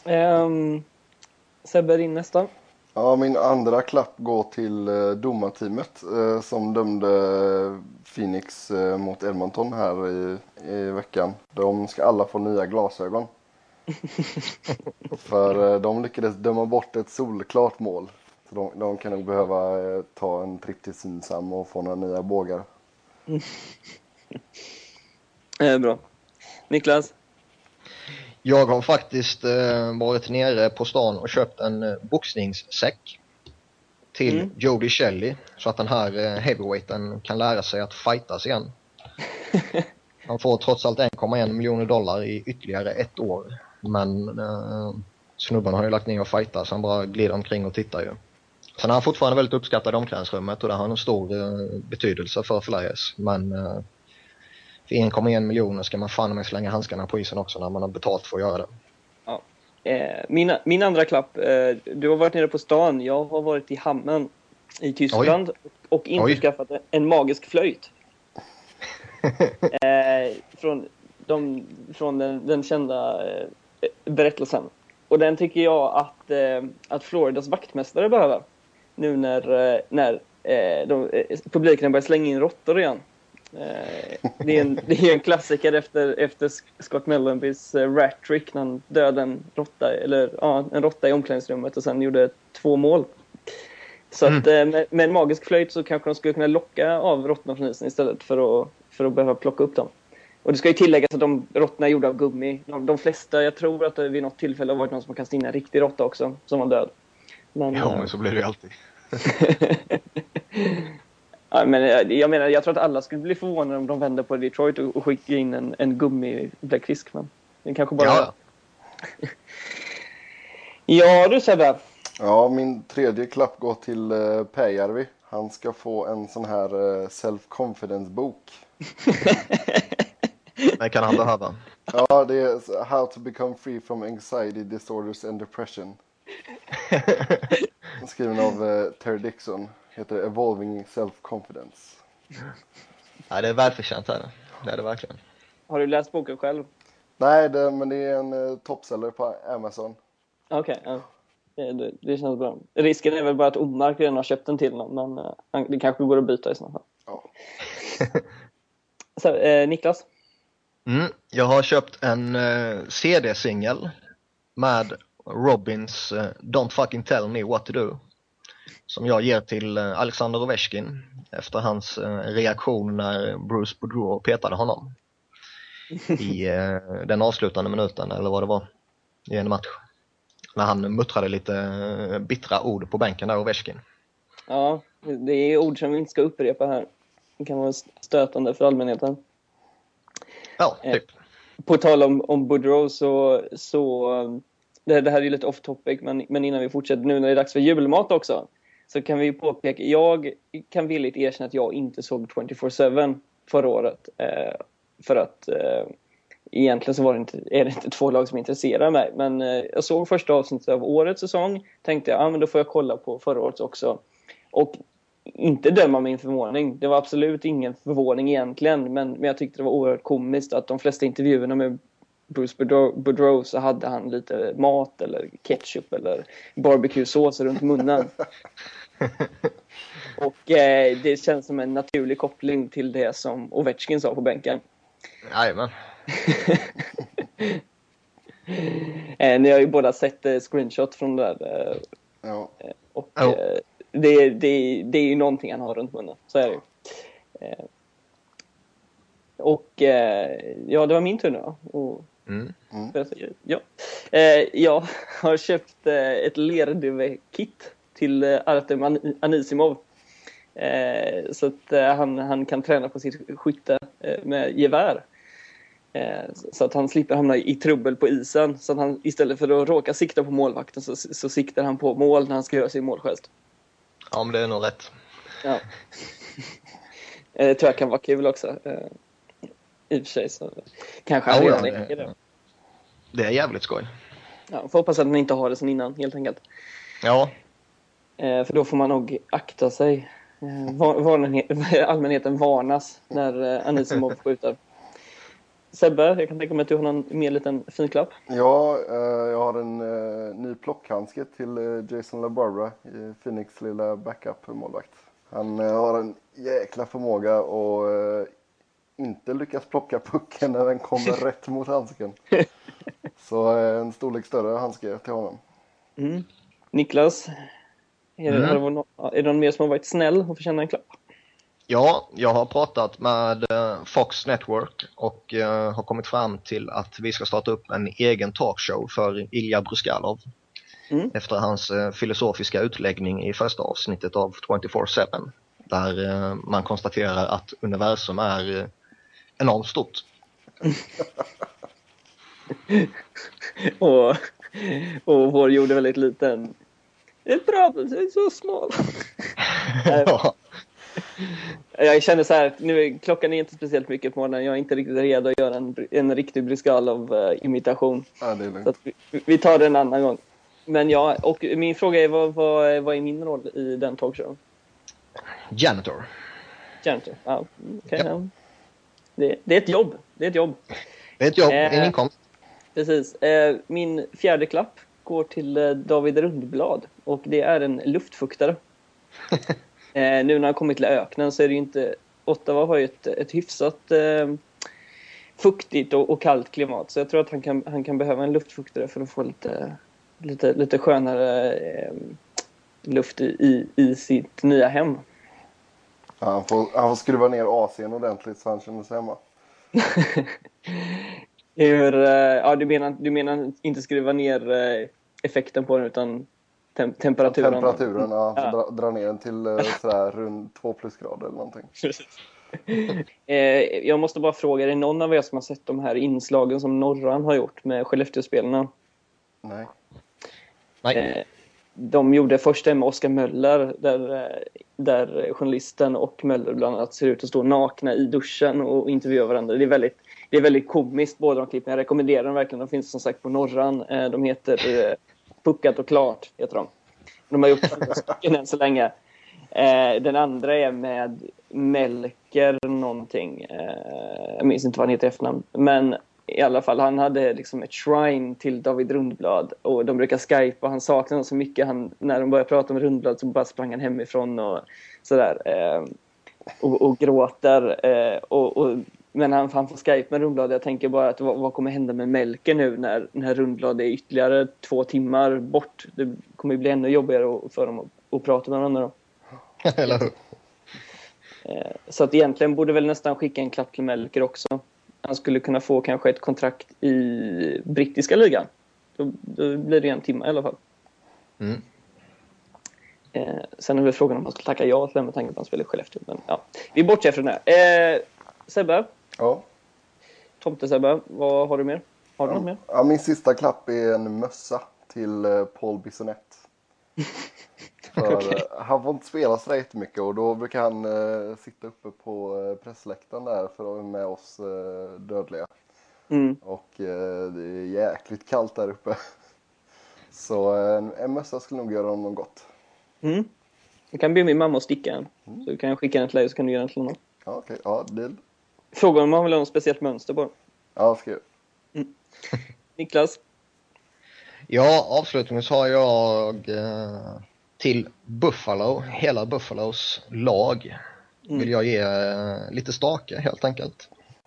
Sebbe, din nästa. Ja, min andra klapp går till domarteamet som dömde Phoenix mot Edmonton här i veckan. De ska alla få nya glasögon. För de lyckades döma bort ett solklart mål. Så de kan nog behöva ta en tripp till Synsam och få några nya bågar. Bra. Niklas? Jag har faktiskt varit nere på stan och köpt en boxningssäck till Jody Shelley så att den här heavyweighten kan lära sig att fightas igen. Han får trots allt $1,1 miljoner i ytterligare 1 år. Men snubben har ju lagt ner och fightas så han bara glider omkring och tittar ju. Sen har han fortfarande väldigt uppskattat omklädningsrummet och det har en stor betydelse för Flyers. Men för 1,1 miljoner ska man fan med slänga handskarna på isen också när man har betalt för att göra det. Ja. Min andra klapp, du har varit nere på stan, jag har varit i Hammen i Tyskland. Oj. Och införskaffat en magisk flöjt. Från den kända berättelsen. Och den tycker jag att Floridas vaktmästare behöver. Nu när publiken börjar slänga in råttor igen. Det är en klassiker efter Scott Mellanbys rat trick när han dödade en råtta i omklädningsrummet och sen gjorde 2 mål. Så att med en magisk flöjt så kanske de skulle kunna locka av råttorna från isen istället för att behöva plocka upp dem. Och det ska ju tilläggas att de råttorna är gjorda av gummi. De flesta, jag tror att det vid något tillfälle har varit någon som har kastat in en riktig råtta också som var död. Men så blir det ju alltid. Ja, men jag tror att alla skulle bli förvånade om de vände på Detroit och skickade in en gummibläckfisk. Men det kanske bara... Ja. Ja, du Sebbe. Ja, min tredje klapp går till Päijärvi. Han ska få en sån här self-confidence-bok. Det kan han behöva. Ja, det är How to become free from anxiety, disorders and depression. Skriven av Terry Dixon. Heter Evolving Self-Confidence. Ja, det är välförtjänt här. Det är det verkligen. Har du läst boken själv? Nej, men det är en toppseller på Amazon. Okej, ja. Det känns bra. Risken är väl bara att Omark redan har köpt den till någon, men det kanske går att byta i sådana fall. Ja. Så, Niklas? Jag har köpt en CD-singel med Robins Don't fucking tell me what to do. Som jag ger till Alexander Ovechkin efter hans reaktion när Bruce Boudreau petade honom i den avslutande minuten eller vad det var i en match. När han muttrade lite bittra ord på bänken där, Ovechkin. Ja, det är ord som vi inte ska upprepa här. Det kan vara stötande för allmänheten. Ja, typ. På tal om Boudreau så det här är ju lite off topic, men innan vi fortsätter nu när det är dags för julmat också, så kan vi påpeka, jag kan villigt erkänna att jag inte såg 24/7 förra året. För att egentligen så är det inte 2 lag som intresserar mig. Men jag såg första avsnittet av årets säsong. Tänkte jag, men då får jag kolla på förra årets också. Och inte döma min förvåning. Det var absolut ingen förvåning egentligen. Men jag tyckte det var oerhört komiskt att de flesta intervjuerna med Bruce Boudreau så hade han lite mat eller ketchup eller barbecue-sås runt munnen. Och det känns som en naturlig koppling till det som Ovechkin sa på bänken. Jajamän. Ni har ju båda sett screenshot från det där. Ja. Och det är ju någonting han har runt munnen. Så är det ju. Och ja, det var min tur nu. Och ja. Jag har köpt ett lerduve-kit till Artem Anisimov. Så att han kan träna på sitt skytte med gevär. Så att han slipper hamna i trubbel på isen. Så att han istället för att råka sikta på målvakten så siktar han på mål när han ska göra sin målgest. Ja, men det är nog rätt. Ja. Det tror jag kan vara kul också. I och för sig så kanske han redan är det. Det är jävligt skoj. Ja, får hoppas att den inte har det sen innan, helt enkelt. Ja. För då får man nog akta sig. Allmänheten varnas när Anisimov skjuter. Sebbe, jag kan tänka mig att du har någon mer liten finklapp. Ja, jag har en ny plockhandske till Jason LaBarbera, Phoenix lilla backup-målvakt. Han har en jäkla förmåga att inte lyckas plocka pucken när den kommer rätt mot handsken. Så en storlek större handske till honom. Mm. Niklas, är det någon mer som har varit snäll och förtjänar en klapp? Ja, jag har pratat med Fox Network och har kommit fram till att vi ska starta upp en egen talkshow för Ilja Bruskalov. Efter hans filosofiska utläggning i första avsnittet av 24/7, där man konstaterar att universum är enormt stort. och vår gjorde väldigt liten. Det är problem, det är så smal. Ja. Jag känner så här, nu klockan är inte speciellt mycket på morgonen. Jag är inte riktigt redo att göra en riktig Bruskalov-imitation. Ja, det är lugnt. Så att vi tar det en annan gång. Men ja, och min fråga är vad är min roll i den talkshowen? Janitor. Janitor, ja. Okay, Ja. Det är ett jobb. Det är ett jobb. Det är ett jobb, en inkomst. Precis. Min fjärde klapp går till David Rundblad. Och det är en luftfuktare. Nu när han kommit till öknen så är det ju inte... Ottawa har ju ett hyfsat fuktigt och kallt klimat. Så jag tror att han kan behöva en luftfuktare för att få lite skönare luft i sitt nya hem. Ja, han får skruva ner AC'n ordentligt så han känner sig hemma. Du menar inte skruva ner effekten på den utan temperaturen? Temperaturen, ja. Dra ner den till sådär runt 2 plusgrader eller någonting. Jag måste bara fråga, är det någon av er som har sett de här inslagen som Norran har gjort med Skellefteå-spelarna? Nej. De gjorde första med Oskar Möller där journalisten och Möller bland annat ser ut att stå nakna i duschen och intervjua varandra. Det är väldigt komiskt, båda de klippen. Jag rekommenderar dem verkligen. De finns som sagt på Norran. De heter Puckat och klart, heter de. De har gjort stycken än så länge. Den andra är med Melker någonting. Jag minns inte vad han heter i efternamn. Men i alla fall, han hade liksom ett shrine till David Rundblad. Och de brukar skype och han saknade så mycket. När de började prata om Rundblad så bara sprang han hemifrån och sådär. Och gråter. Men han får Skype med Rundblad. Jag tänker bara att vad kommer hända med Melker nu när Rundblad är ytterligare 2 timmar bort. Det kommer ju bli ännu jobbigare för dem att prata med varandra då. Eller hur? Så att egentligen borde väl nästan skicka en klapp till Melker också. Han skulle kunna få kanske ett kontrakt i brittiska ligan. Då blir det 1 timme i alla fall. Sen är det frågan om man ska tacka ja till den med tanke på att han spelar i Skellefteå. Men ja, vi bortser från det här. Sebbe? Ja. Tomte Sebbe, vad har du mer? Har du något mer? Ja, min sista klapp är en mössa till Paul Bissonnette. Okay. Han får inte spela så jättemycket och då brukar han sitta uppe på pressläktaren där för att vara med oss dödliga. Och det är jäkligt kallt där uppe. Så en mössa skulle nog göra honom gott. Jag kan be min mamma att sticka en. Så kan jag skicka den till dig så kan du göra den till honom. Ja, okej. Ja, deal. Fråga om man vill ha något speciellt mönster på den. Ja, ska jag. Niklas? Ja, avslutningsvis har jag till Buffalo, hela Buffalos lag, vill jag ge lite stake helt enkelt.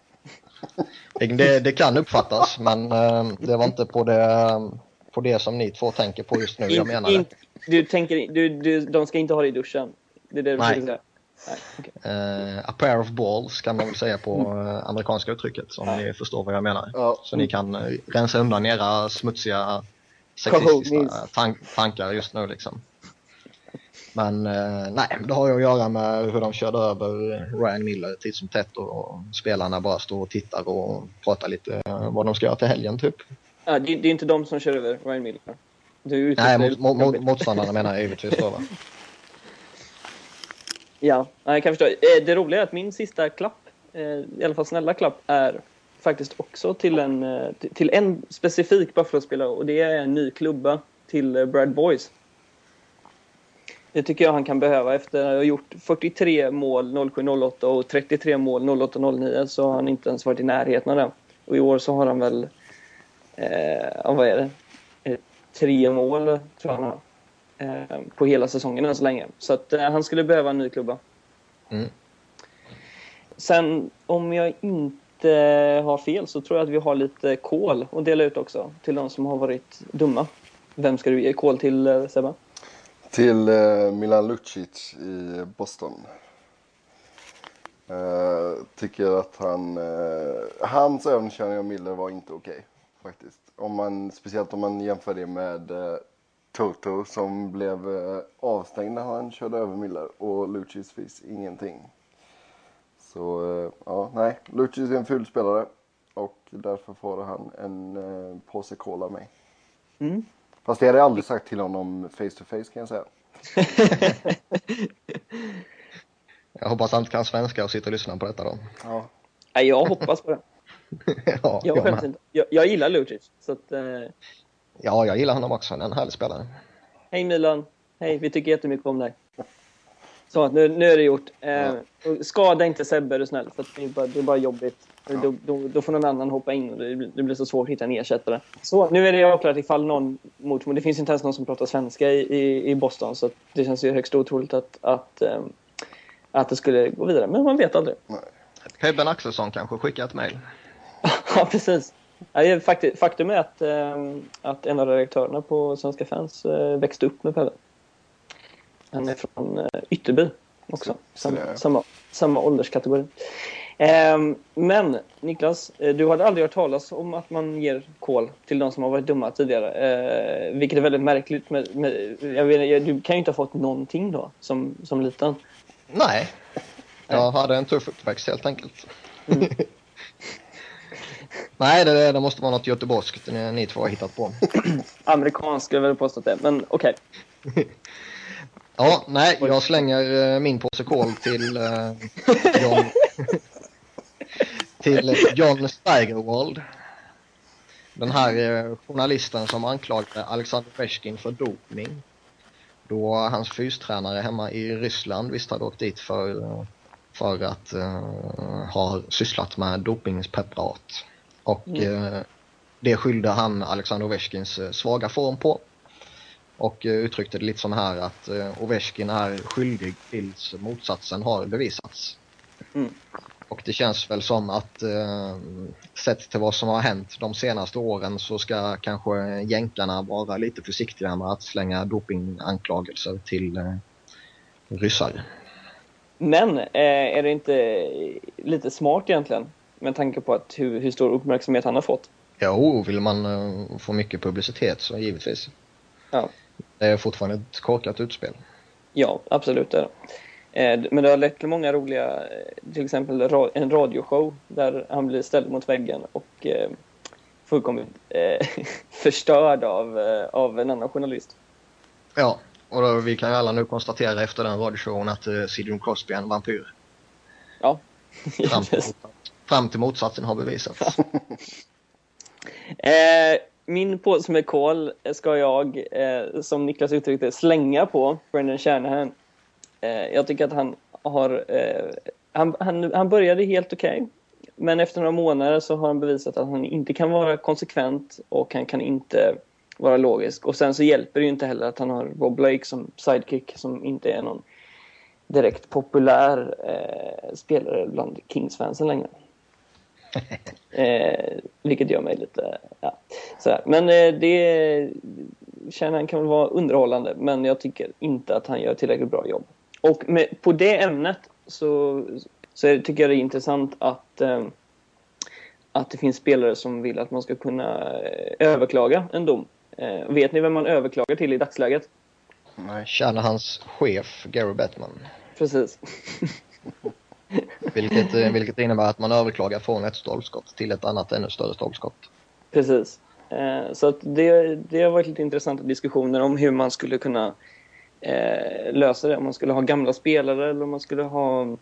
Det kan uppfattas, men det var inte på det som ni två tänker på just nu. Jag menar de ska inte ha det i duschen. Det är det du försöker säga. Nej, okay. A pair of balls kan man väl säga på amerikanska uttrycket, som ni förstår vad jag menar. Så ni kan rensa undan era smutsiga sexistiska tankar just nu liksom. Men nej, det har ju att göra med hur de körde över Ryan Miller titt som tätt och spelarna bara står och tittar och pratar lite vad de ska göra till helgen typ. Ja, det är inte de som kör över Ryan Miller. Nej, motståndarna menar jag givetvis då, va? Ja, jag kan förstå. Det roliga är att min sista klapp, i alla fall snälla klapp, är faktiskt också till en specifik Buffalo-spelare, och det är en ny klubba till Brad Boyes. Det tycker jag han kan behöva. Efter att ha gjort 43 mål 07-08 och 33 mål 08-09 så har han inte ens varit i närheten av det. Och i år så har han väl vad är det? 3 mål tror jag han har. På hela säsongen än så länge. Så att han skulle behöva en ny klubba. Sen om jag inte har fel så tror jag att vi har lite kol att dela ut också till de som har varit dumma. Vem ska du ge kol till, Sebba? Till Milan Lucic i Boston. Tycker att hans övningskörning av Miller var inte okej, faktiskt. Speciellt om man jämför det med Toto som blev avstängd när han körde över Miller, och Lucic finns ingenting. Så nej, Lucic är en ful spelare och därför får han en påse cola av mig. Fast det hade jag aldrig sagt till honom face to face, kan jag säga. Jag hoppas han kan svenska och sitter och lyssnar på detta då. Ja. Nej, jag hoppas på det. Ja, jag gillar Lucic. Så att, ja, jag gillar honom också. Han är en härlig spelare. Hej Milan. Hej, vi tycker jättemycket om dig. Så, nu är det gjort. Skada inte Sebbe, är du snäll. För att det är bara jobbigt. Då får någon annan hoppa in och det blir så svårt att hitta en ersättare. Så, nu är det avklarat ifall någon det finns inte ens någon som pratar svenska i Boston. Så det känns ju högst otroligt att det skulle gå vidare. Men man vet aldrig. Pebben Axelsson kanske skickar ett mejl. Ja, precis. Faktum är att en av redaktörerna på Svenska Fans växte upp med Pebben. Han är från Ytterby också. Samma ålderskategori. Men Niklas, du hade aldrig hört talas om att man ger kol till de som har varit dumma tidigare. Vilket är väldigt märkligt. Du kan ju inte ha fått någonting då som liten. Nej, jag hade en tuff uppväxt helt enkelt. Nej, det måste vara något göteborgskt ni två har hittat på. Amerikanskt skulle jag väl påstå det, men okej. Ja, nej, jag slänger min påse kol till John Steigerwald. Den här journalisten som anklagade Alexander Ovechkin för dopning. Då hans fystränare hemma i Ryssland visst hade åkt dit för att ha sysslat med dopingpreparat. Och det skyllde han Alexander Ovechkins svaga form på. Och uttryckte det lite som här att Ovechkin är skyldig tills motsatsen har bevisats. Och det känns väl som att sett till vad som har hänt de senaste åren så ska kanske jänkarna vara lite försiktiga med att slänga dopinganklagelser till ryssar. Men är det inte lite smart egentligen med tanke på att hur stor uppmärksamhet han har fått? Jo, vill man få mycket publicitet så givetvis. Ja. Det är fortfarande ett korkat utspel. Ja, absolut det. Men det har lett till många roliga, till exempel en radioshow där han blir ställd mot väggen och fullkomligt förstörd av en annan journalist. Ja, och då, vi kan ju alla nu konstatera efter den radioshowen att Sidney Crosby är en vampyr. Ja, fram till motsatsen har bevisats. Min påse med kol ska jag, som Niklas uttryckte, slänga på Brendan Shanahan. Jag tycker att han har han började helt okej. Men efter några månader så har han bevisat att han inte kan vara konsekvent och han kan inte vara logisk. Och sen så hjälper det ju inte heller att han har Rob Blake som sidekick som inte är någon direkt populär spelare bland Kings-fansen längre. Vilket gör mig lite sådär. Men det känner han kan väl vara underhållande, men jag tycker inte att han gör tillräckligt bra jobb. Och på det ämnet så tycker jag det är intressant att det finns spelare som vill att man ska kunna överklaga en dom. Vet ni vem man överklagar till i dagsläget? Nej, känner hans chef Gary Bettman. Precis. Vilket innebär att man överklagar från ett stolpskott till ett annat ännu större stolpskott. Precis. Så att det har varit lite intressanta diskussioner om hur man skulle kunna lösa det. Om man skulle ha gamla spelare eller om man skulle ha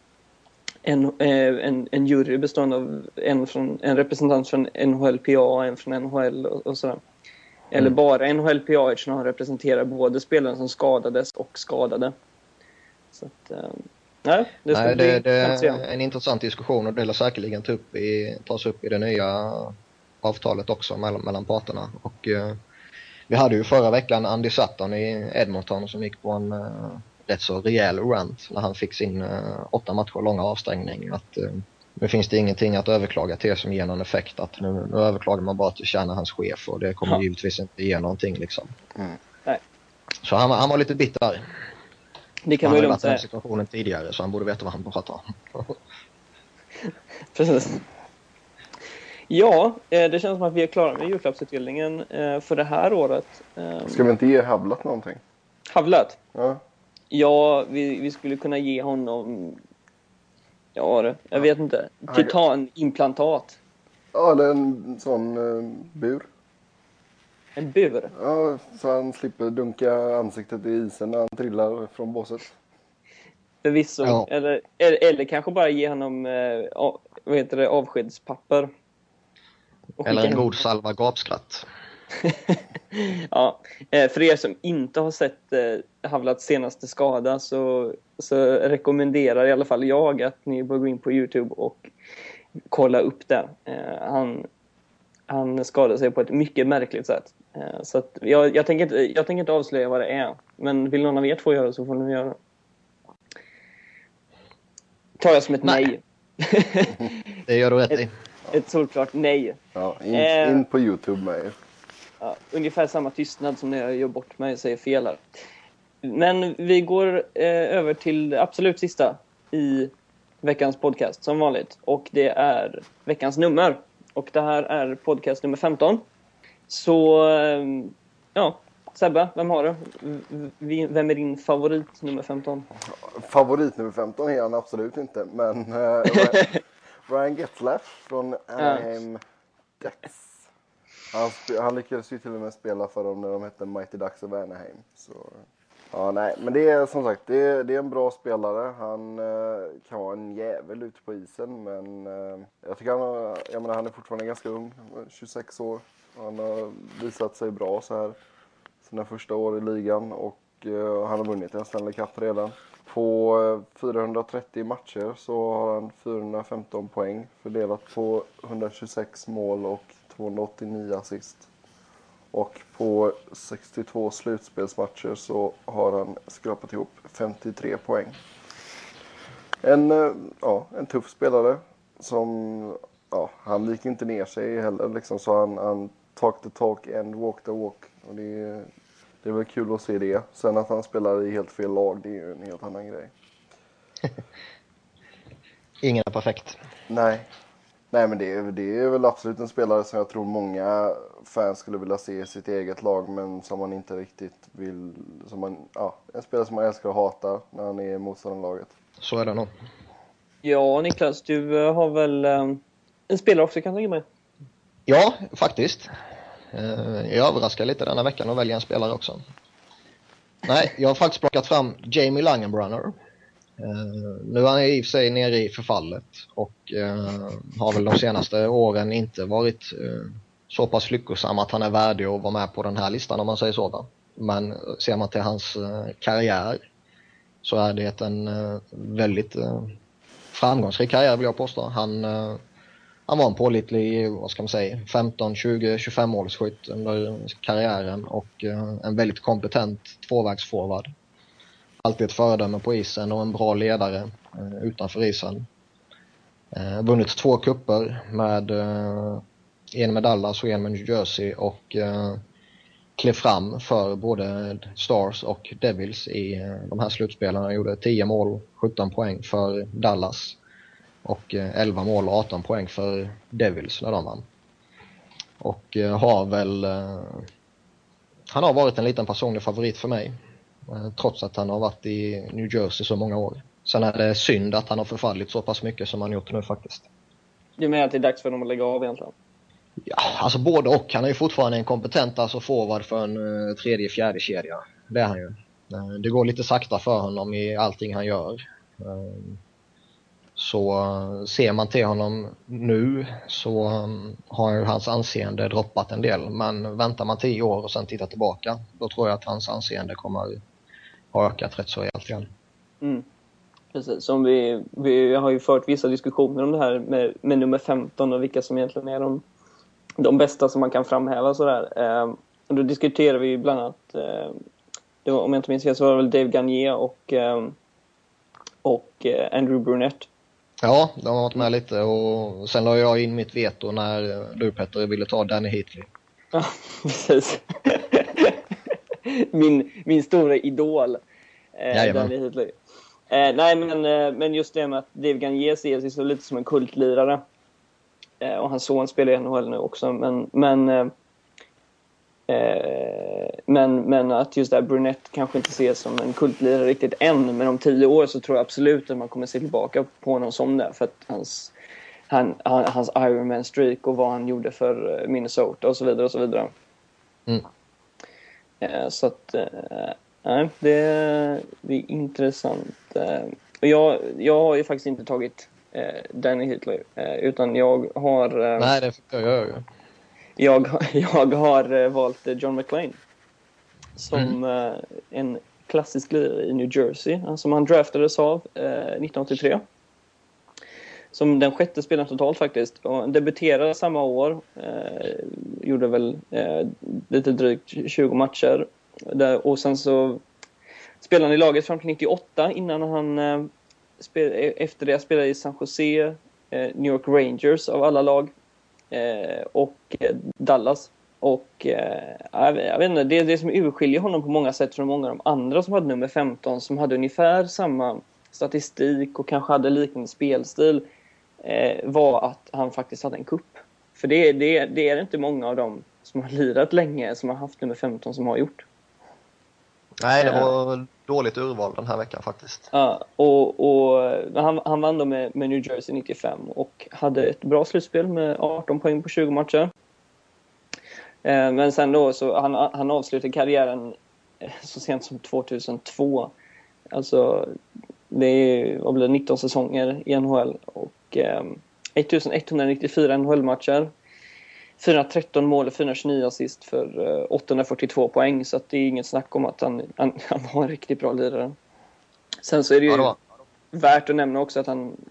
en jury bestående av en representant från NHLPA, en från NHL och sådär. Eller bara NHLPA eftersom han representerar både spelare som skadades och skadade. Så att, det är en intressant diskussion och det är säkerligen tas upp i det nya avtalet också mellan parterna. Och vi hade ju förra veckan Andy Sutton i Edmonton som gick på en rätt så rejäl rant när han fick sin 8 matcher långa avstängning. Att nu finns det ingenting att överklaga till som ger någon effekt. Att nu överklagar man bara till tjäna hans chef och det kommer givetvis inte ge någonting liksom. Nej. Så han var lite bitter. Det kan han man har ju varit i den situationen tidigare så han borde veta vad han pratar om. Precis. Ja, det känns som att vi är klara med julklappsutdelningen för det här året. Ska vi inte ge Havlat någonting? Havlat? Ja. Ja, vi skulle kunna ge honom... Ja, jag vet inte. Titanimplantat. Ja, eller en sån bur. En bur? Ja, så han slipper dunka ansiktet i isen när han trillar från båset. Förvisso. Ja. Eller kanske bara ge honom avskedspapper. Eller en god salva gapskratt. Ja, för er som inte har sett Havlats senaste skada så rekommenderar i alla fall jag att ni bör gå in på YouTube och kolla upp det. Han skadade sig på ett mycket märkligt sätt. Så att jag tänker inte avslöja vad det är. Men vill någon av er två göra så får ni göra det. Tar jag som ett nej. Det gör du rätt i. Ett solklart nej. Ja, in på YouTube med er. Ja, ungefär samma tystnad som när jag gör bort mig och säger fel här. Men vi går över till det absolut sista i veckans podcast som vanligt. Och det är veckans nummer. Och det här är podcast nummer 15. Så ja, Sebbe, vem har du? Vem är din favorit nummer 15? Favorit nummer 15 är han absolut inte. Men Ryan Getzlaf från Anaheim Ducks. Han lyckades ju till och med spela för dem när de hette Mighty Ducks of Anaheim. Så, ja, nej. Men det är som sagt, det är en bra spelare. Han kan vara en jävel ute på isen. Men jag tycker han är fortfarande ganska ung. 26 år. Han har visat sig bra så här sina första år i ligan. Och han har vunnit en Stanley Cup redan. På 430 matcher så har han 415 poäng. Fördelat på 126 mål och 289 assist. Och på 62 slutspelsmatcher så har han skrapat ihop 53 poäng. En tuff spelare som han gick inte ner sig heller liksom, så han talk the talk and walk the walk. Och det är väl kul att se det. Sen att han spelar i helt fel lag, det är ju en helt annan grej. Ingen är perfekt. Nej, men det är väl absolut en spelare som jag tror många fans skulle vilja se i sitt eget lag, men som man inte riktigt vill, en spelare som man älskar att hata när han är i motståndarlaget. Så är det nog. Ja, Niklas, du har väl en spelare också, kan jag tänka mig? Ja, faktiskt. Jag överraskar lite denna veckan och väljer en spelare också. Nej, jag har faktiskt plockat fram Jamie Langenbrunner. Nu är han i och för sig nere i förfallet och har väl de senaste åren inte varit så pass lyckosam att han är värdig att vara med på den här listan, om man säger så. Men ser man till hans karriär så är det en väldigt framgångsrik karriär, vill jag påstå. Han var en pålitlig, 15, 20, 25 målsskytt under karriären och en väldigt kompetent tvåvägsforward. Alltid ett föredöme på isen och en bra ledare utanför isen. Vunnit 2 kupper med en med Dallas och en med New Jersey och klev fram för både Stars och Devils i de här slutspelarna. Han gjorde 10 mål, 17 poäng för Dallas och 11 mål och 18 poäng för Devils när de vann. Och han har varit en liten personlig favorit för mig, trots att han har varit i New Jersey så många år. Sen är det synd att han har förfallit så pass mycket som han gjort nu faktiskt. Du menar att det är dags för dem att lägga av egentligen? Ja, alltså både och. Han är ju fortfarande en kompetent forward för en tredje, fjärde kedja. Det är han ju. Det går lite sakta för honom i allting han gör. Så ser man till honom nu så har ju hans anseende droppat en del. Men väntar man 10 år och sen tittar tillbaka, då tror jag att hans anseende kommer ha ökat rätt så rejält igen. Precis, som vi har ju fört vissa diskussioner om det här med nummer 15 och vilka som egentligen är de bästa som man kan framhäva sådär. Och då diskuterar vi bland annat, om jag inte minns fel så var det väl Dave Gagne och Andrew Brunette. Ja, de har varit med lite och sen la jag in mitt veto när du, Petter, ville ta Danny Heatley. Ja, precis. min stora idol, Danny Heatley. Nej, men just det med att Dave Gagne ser sig så lite som en kultlirare. Och hans son spelar i NHL nu också. Men att just där Brunette kanske inte ses som en kultlirare riktigt än. Men om 10 år så tror jag absolut att man kommer se tillbaka på honom som det. För att hans Ironman streak och vad han gjorde för Minnesota och så vidare och så vidare. Så att det är intressant. Och jag har ju faktiskt inte tagit Danny Heatley, utan jag har nej, det fick jag göra. Jag har valt John McClain som en klassisk lirare i New Jersey, som han draftades av 1983. Som den 6:e spelaren totalt faktiskt. Och debuterade samma år. Gjorde väl lite drygt 20 matcher. Och sen så spelade han i laget fram till 98 innan han efter det spelade i San Jose, New York Rangers av alla lag och Dallas. Och jag vet inte, det som urskiljer honom på många sätt från många av de andra som hade nummer 15 som hade ungefär samma statistik och kanske hade liknande spelstil var att han faktiskt hade en kupp. För det är inte många av dem som har lirat länge som har haft nummer 15 som har gjort. Nej, det var dåligt urval den här veckan faktiskt. Ja, och han vann då med New Jersey 95 och hade ett bra slutspel med 18 poäng på 20 matcher. Men sen då så han avslutade karriären så sent som 2002. Alltså det var väl 19 säsonger i NHL och 1194 NHL-matcher. 413 mål och 429 assist för 842 poäng. Så att det är inget snack om att han var en riktigt bra lirare. Sen så är det ju värt att nämna också att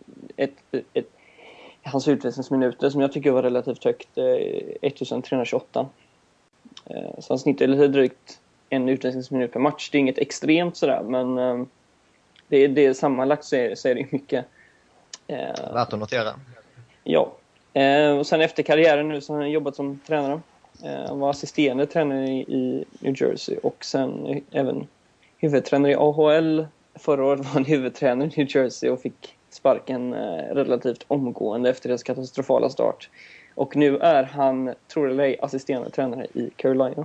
hans utvisningsminuter som jag tycker var relativt högt 1328. Så han snittar lite drygt en utvisningsminut per match. Det är inget extremt sådär, men det är sammanlagt så är det mycket. Värt att notera. Ja. Och sen efter karriären nu så har han jobbat som tränare. Han var assisterande tränare i New Jersey och sen även huvudtränare i AHL. Förra året var han huvudtränare i New Jersey och fick sparken relativt omgående efter deras katastrofala start. Och nu är han, tror det eller ej, assisterande tränare i Carolina.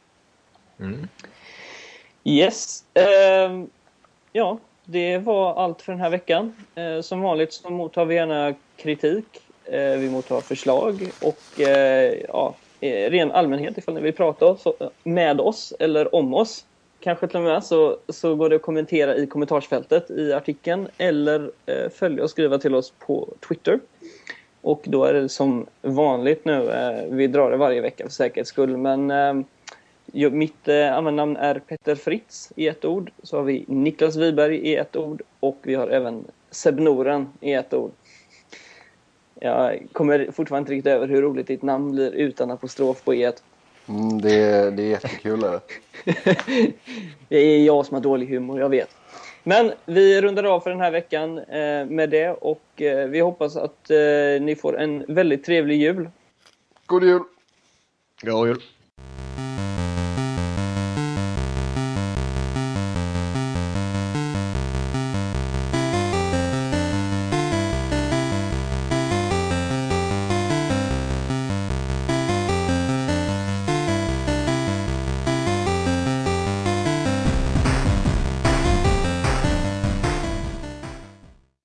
Yes. Ja, det var allt för den här veckan. Som vanligt så mottar vi gärna kritik. Vi mottar förslag och ren allmänhet ifall ni vill prata med oss eller om oss. Kanske till och med så går det att kommentera i kommentarsfältet i artikeln eller följa och skriva till oss på Twitter. Och då är det som vanligt nu, vi drar det varje vecka för säkerhets skull, men mitt användnamn är Petter Fritz i ett ord. Så har vi Niklas Wiberg i ett ord och vi har även Seb Noren i ett ord. Jag kommer fortfarande inte riktigt över hur roligt ditt namn blir utan apostrof på e-et. Det är jättekul. Det är jag som har dålig humor, jag vet. Men vi rundar av för den här veckan med det och vi hoppas att ni får en väldigt trevlig jul. God jul! God jul!